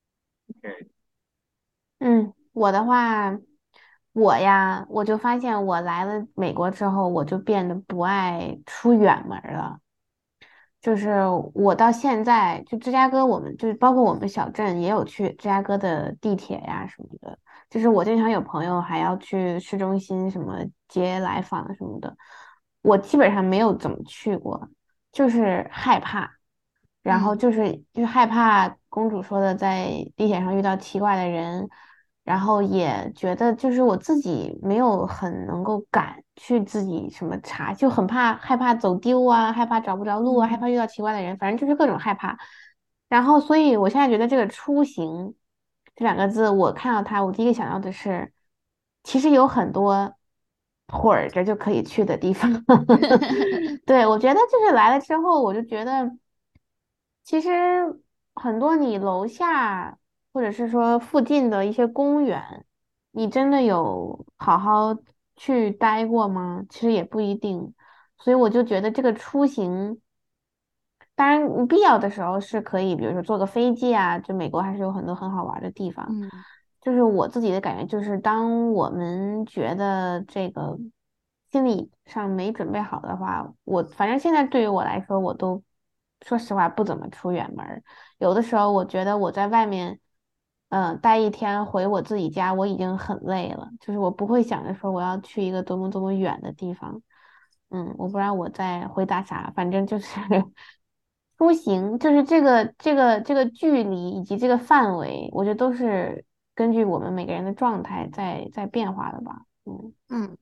嗯，我的话，我呀，我就发现我来了美国之后，我就变得不爱出远门儿了。 就是我到现在就芝加哥，我们就是包括我们小镇也有去芝加哥的地铁呀什么的。就是我经常有朋友还要去市中心什么接来访什么的，我基本上没有怎么去过，就是害怕。然后嗯就是害怕公主说的在地铁上遇到奇怪的人，然后也觉得就是我自己没有很能够敢去自己什么查，就很害怕走丢啊，害怕找不着路啊，害嗯。 怕遇到奇怪的人，反正就是各种害怕。然后所以我现在觉得这个出行这两个字，我看到它，我第一个想到的是，其实有很多腿着就可以去的地方。对，我觉得就是来了之后，我就觉得，其实很多你楼下或者是说附近的一些公园，你真的有好好去待过吗？其实也不一定。所以我就觉得这个出行，当然你必要的时候是可以，比如说坐个飞机啊，就美国还是有很多很好玩的地方。 嗯就是我自己的感觉，就是当我们觉得这个心理上没准备好的话，我反正现在对于我来说，我都说实话不怎么出远门儿。有的时候我觉得我在外面，待一天回我自己家，我已经很累了，就是我不会想着说我要去一个多么多么远的地方。我不知道我在回答啥，反正就是出行，就是这个距离以及这个范围，我觉得都是根据我们每个人的状态在变化的吧。 嗯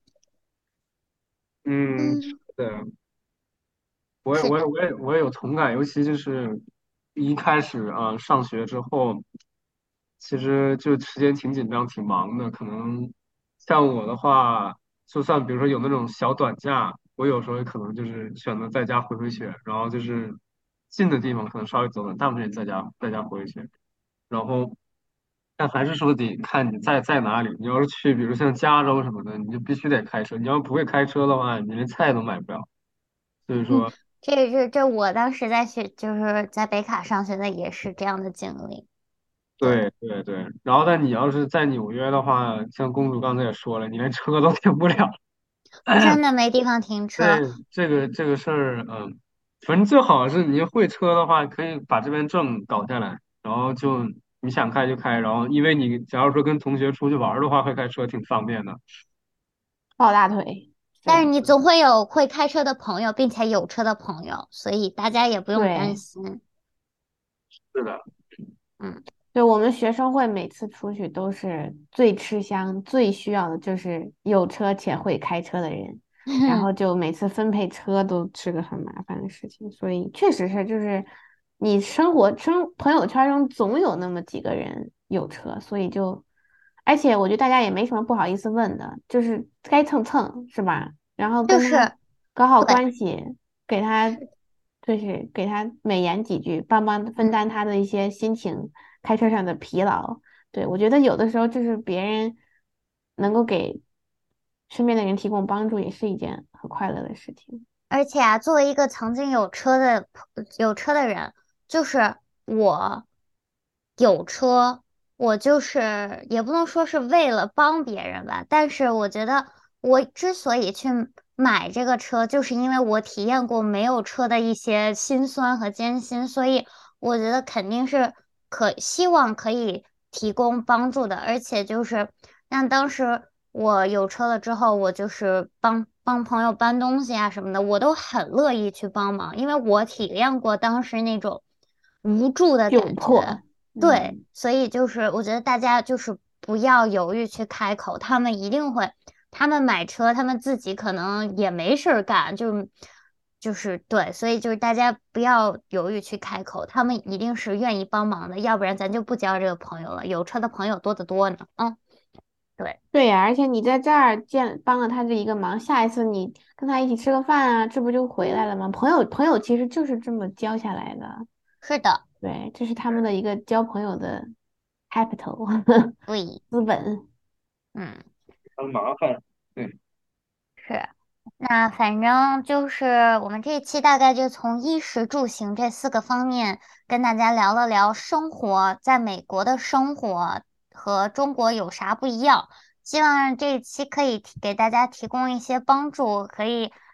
嗯，是嗯， 的，我也是的。 我也我也我也有同感，尤其就是一开始上学之后，其实就时间挺紧张、挺忙的。可能像我的话，就算比如说有那种小短假，我有时候也可能就是选择在家回血，然后就是近的地方可能稍微走走，大部分也在家回血。然后，但还是说得看你在哪里。你要是去，比如像加州什么的，你就必须得开车。你要不会开车的话，你连菜都买不了。所以说。 这我当时在学，就是在北卡上学的也是这样的经历。对， 对对对，然后但你要是在纽约的话，像公主刚才也说了，你连车都停不了。 真的没地方停车。 对这个事儿，反正最好是你会车的话，可以把这边证搞下来，然后就你想开就开，然后因为你假如说跟同学出去玩儿的话，会开车挺方便的。 抱大腿， 但是是， 你总会有会开车的朋友，并且有车的朋友，所以大家也不用担对。 心。 是的， 嗯， 对，我们学生会每次出去都是最吃香、最需要的就是有车且会开车的人，然后就每次分配车都是个很麻烦的事情，所以确实是就是你朋友圈中总有那么几个人有车，所以就，而且我觉得大家也没什么不好意思问的，就是该蹭蹭是吧？然后跟他就是搞好对， 关系，给他就是给他美言几句，帮忙分担他的一些心情。开车上的疲劳。对，我觉得有的时候就是别人能够给身边的人提供帮助，也是一件很快乐的事情。 而且啊，作为一个曾经有车的人，就是我有车，我就是也不能说是为了帮别人吧，但是我觉得我之所以去买这个车，就是因为我体验过没有车的一些辛酸和艰辛，所以我觉得肯定是希望可以提供帮助的，而且就是像当时我有车了之后，我就是帮朋友搬东西啊什么的，我都很乐意去帮忙，因为我体验过当时那种无助的窘感觉。 迫， 对，所以就是我觉得大家就是不要犹豫去开口，他们一定会，他们买车，他们自己可能也没事儿干，就是对，所以就是大家不要犹豫去开口，他们一定是愿意帮忙的，要不然咱就不交这个朋友了。有车的朋友多得多呢。嗯，对， 对呀，而且你在这儿帮了他这一个忙，下一次你跟他一起吃个饭啊，这不就回来了吗？朋友其实就是这么交下来的， 是的， 对，这是他们的一个交朋友的 capital 对， 资本。 嗯。 很麻烦。对， 是，那反正就是我们这一期大概就从衣食住行这4个方面跟大家聊了聊生活，在美国的生活和中国有啥不一样。希望这一期可以给大家提供一些帮助，可以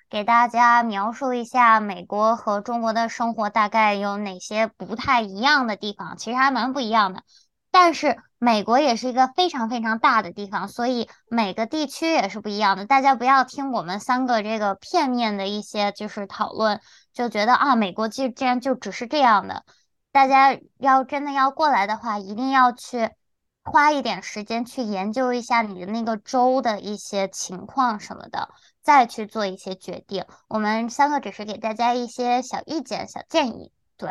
给大家描述一下美国和中国的生活大概有哪些不太一样的地方，其实还蛮不一样的。但是美国也是一个非常非常大的地方，所以每个地区也是不一样的。大家不要听我们三个这个片面的一些就是讨论，就觉得啊，美国竟然就只是这样的。大家要真的要过来的话，一定要去花一点时间去研究一下你的那个州的一些情况什么的，再去做一些决定。我们三个只是给大家一些小意见、小建议。对，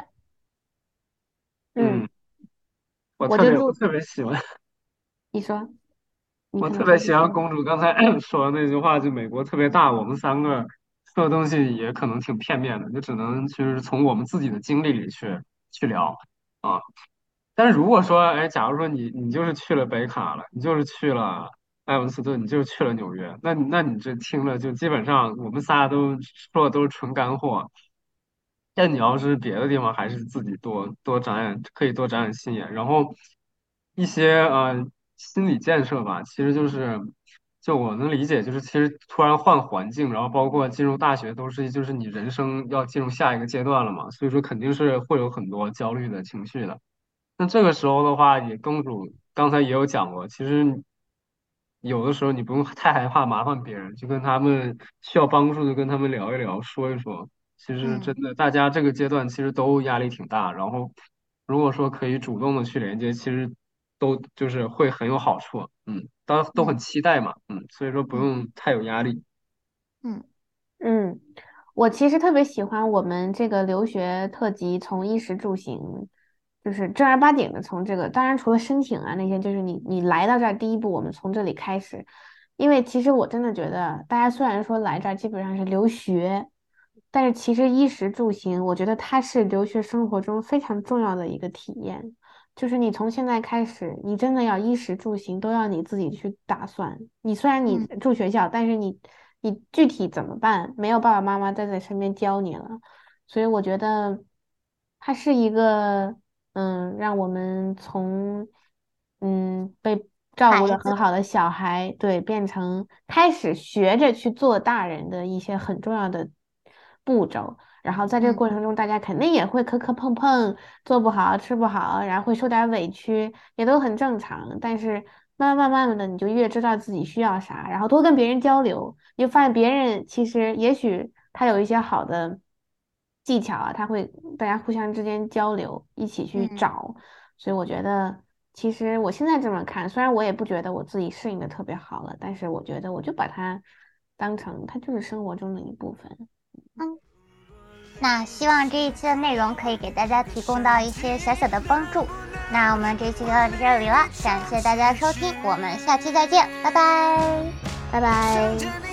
嗯， 我我就住， 特别喜欢， 你说，你我可能说， 特别喜欢公主刚才说的那句话，就美国特别大，我们三个说的东西也可能挺片面的，就只能就是从我们自己的经历里去聊啊。但是如果说，哎，假如说你就是去了北卡了，你就是去了埃文斯顿，你就是去了纽约，那你这听了就基本上我们仨都说的都是纯干货。但你要是别的地方，还是自己多长眼，可以多长眼心眼。然后一些心理建设吧，其实就是就我能理解，就是其实突然换环境，然后包括进入大学，都是就是你人生要进入下一个阶段了嘛，所以说肯定是会有很多焦虑的情绪的。那这个时候的话，也公主刚才也有讲过，其实有的时候你不用太害怕麻烦别人，就跟他们需要帮助就跟他们聊一聊，说一说。其实真嗯的，大家这个阶段其实都压力挺大，然后如果说可以主动的去连接，其实都就是会很有好处。都很嗯期待嘛，所以说不嗯用太有压力。 嗯嗯，我其实特别喜欢我们这个留学特辑，从衣食住行，就是正儿八经的从这个，当然除了申请啊那些，就是你来到这儿第一步，我们从这里开始。因为其实我真的觉得，大家虽然说来这儿基本上是留学，但是其实衣食住行，我觉得它是留学生活中非常重要的一个体验。就是你从现在开始，你真的要衣食住行都要你自己去打算。你虽然你嗯住学校，但是你具体怎么办，没有爸爸妈妈在身边教你了。所以我觉得它是一个让我们从被照顾孩子， 的很好的小孩，对，变成开始学着去做大人的一些很重要的步骤。然后在这个嗯过程中，大家肯定也会磕磕碰碰，做不好，吃不好，然后会受点委屈，也都很正常。但是慢慢的，你就越知道自己需要啥，然后多跟别人交流，你就发现别人其实也许他有一些好的技巧啊，他会大家互相之间交流，一起去嗯找。所以我觉得，其实我现在这么看，虽然我也不觉得我自己适应的特别好了，但是我觉得我就把它当成它就是生活中的一部分。 嗯。那希望这一期的内容可以给大家提供到一些小小的帮助。那我们这一期就到这里了，感谢大家收听，我们下期再见，拜拜。 拜拜。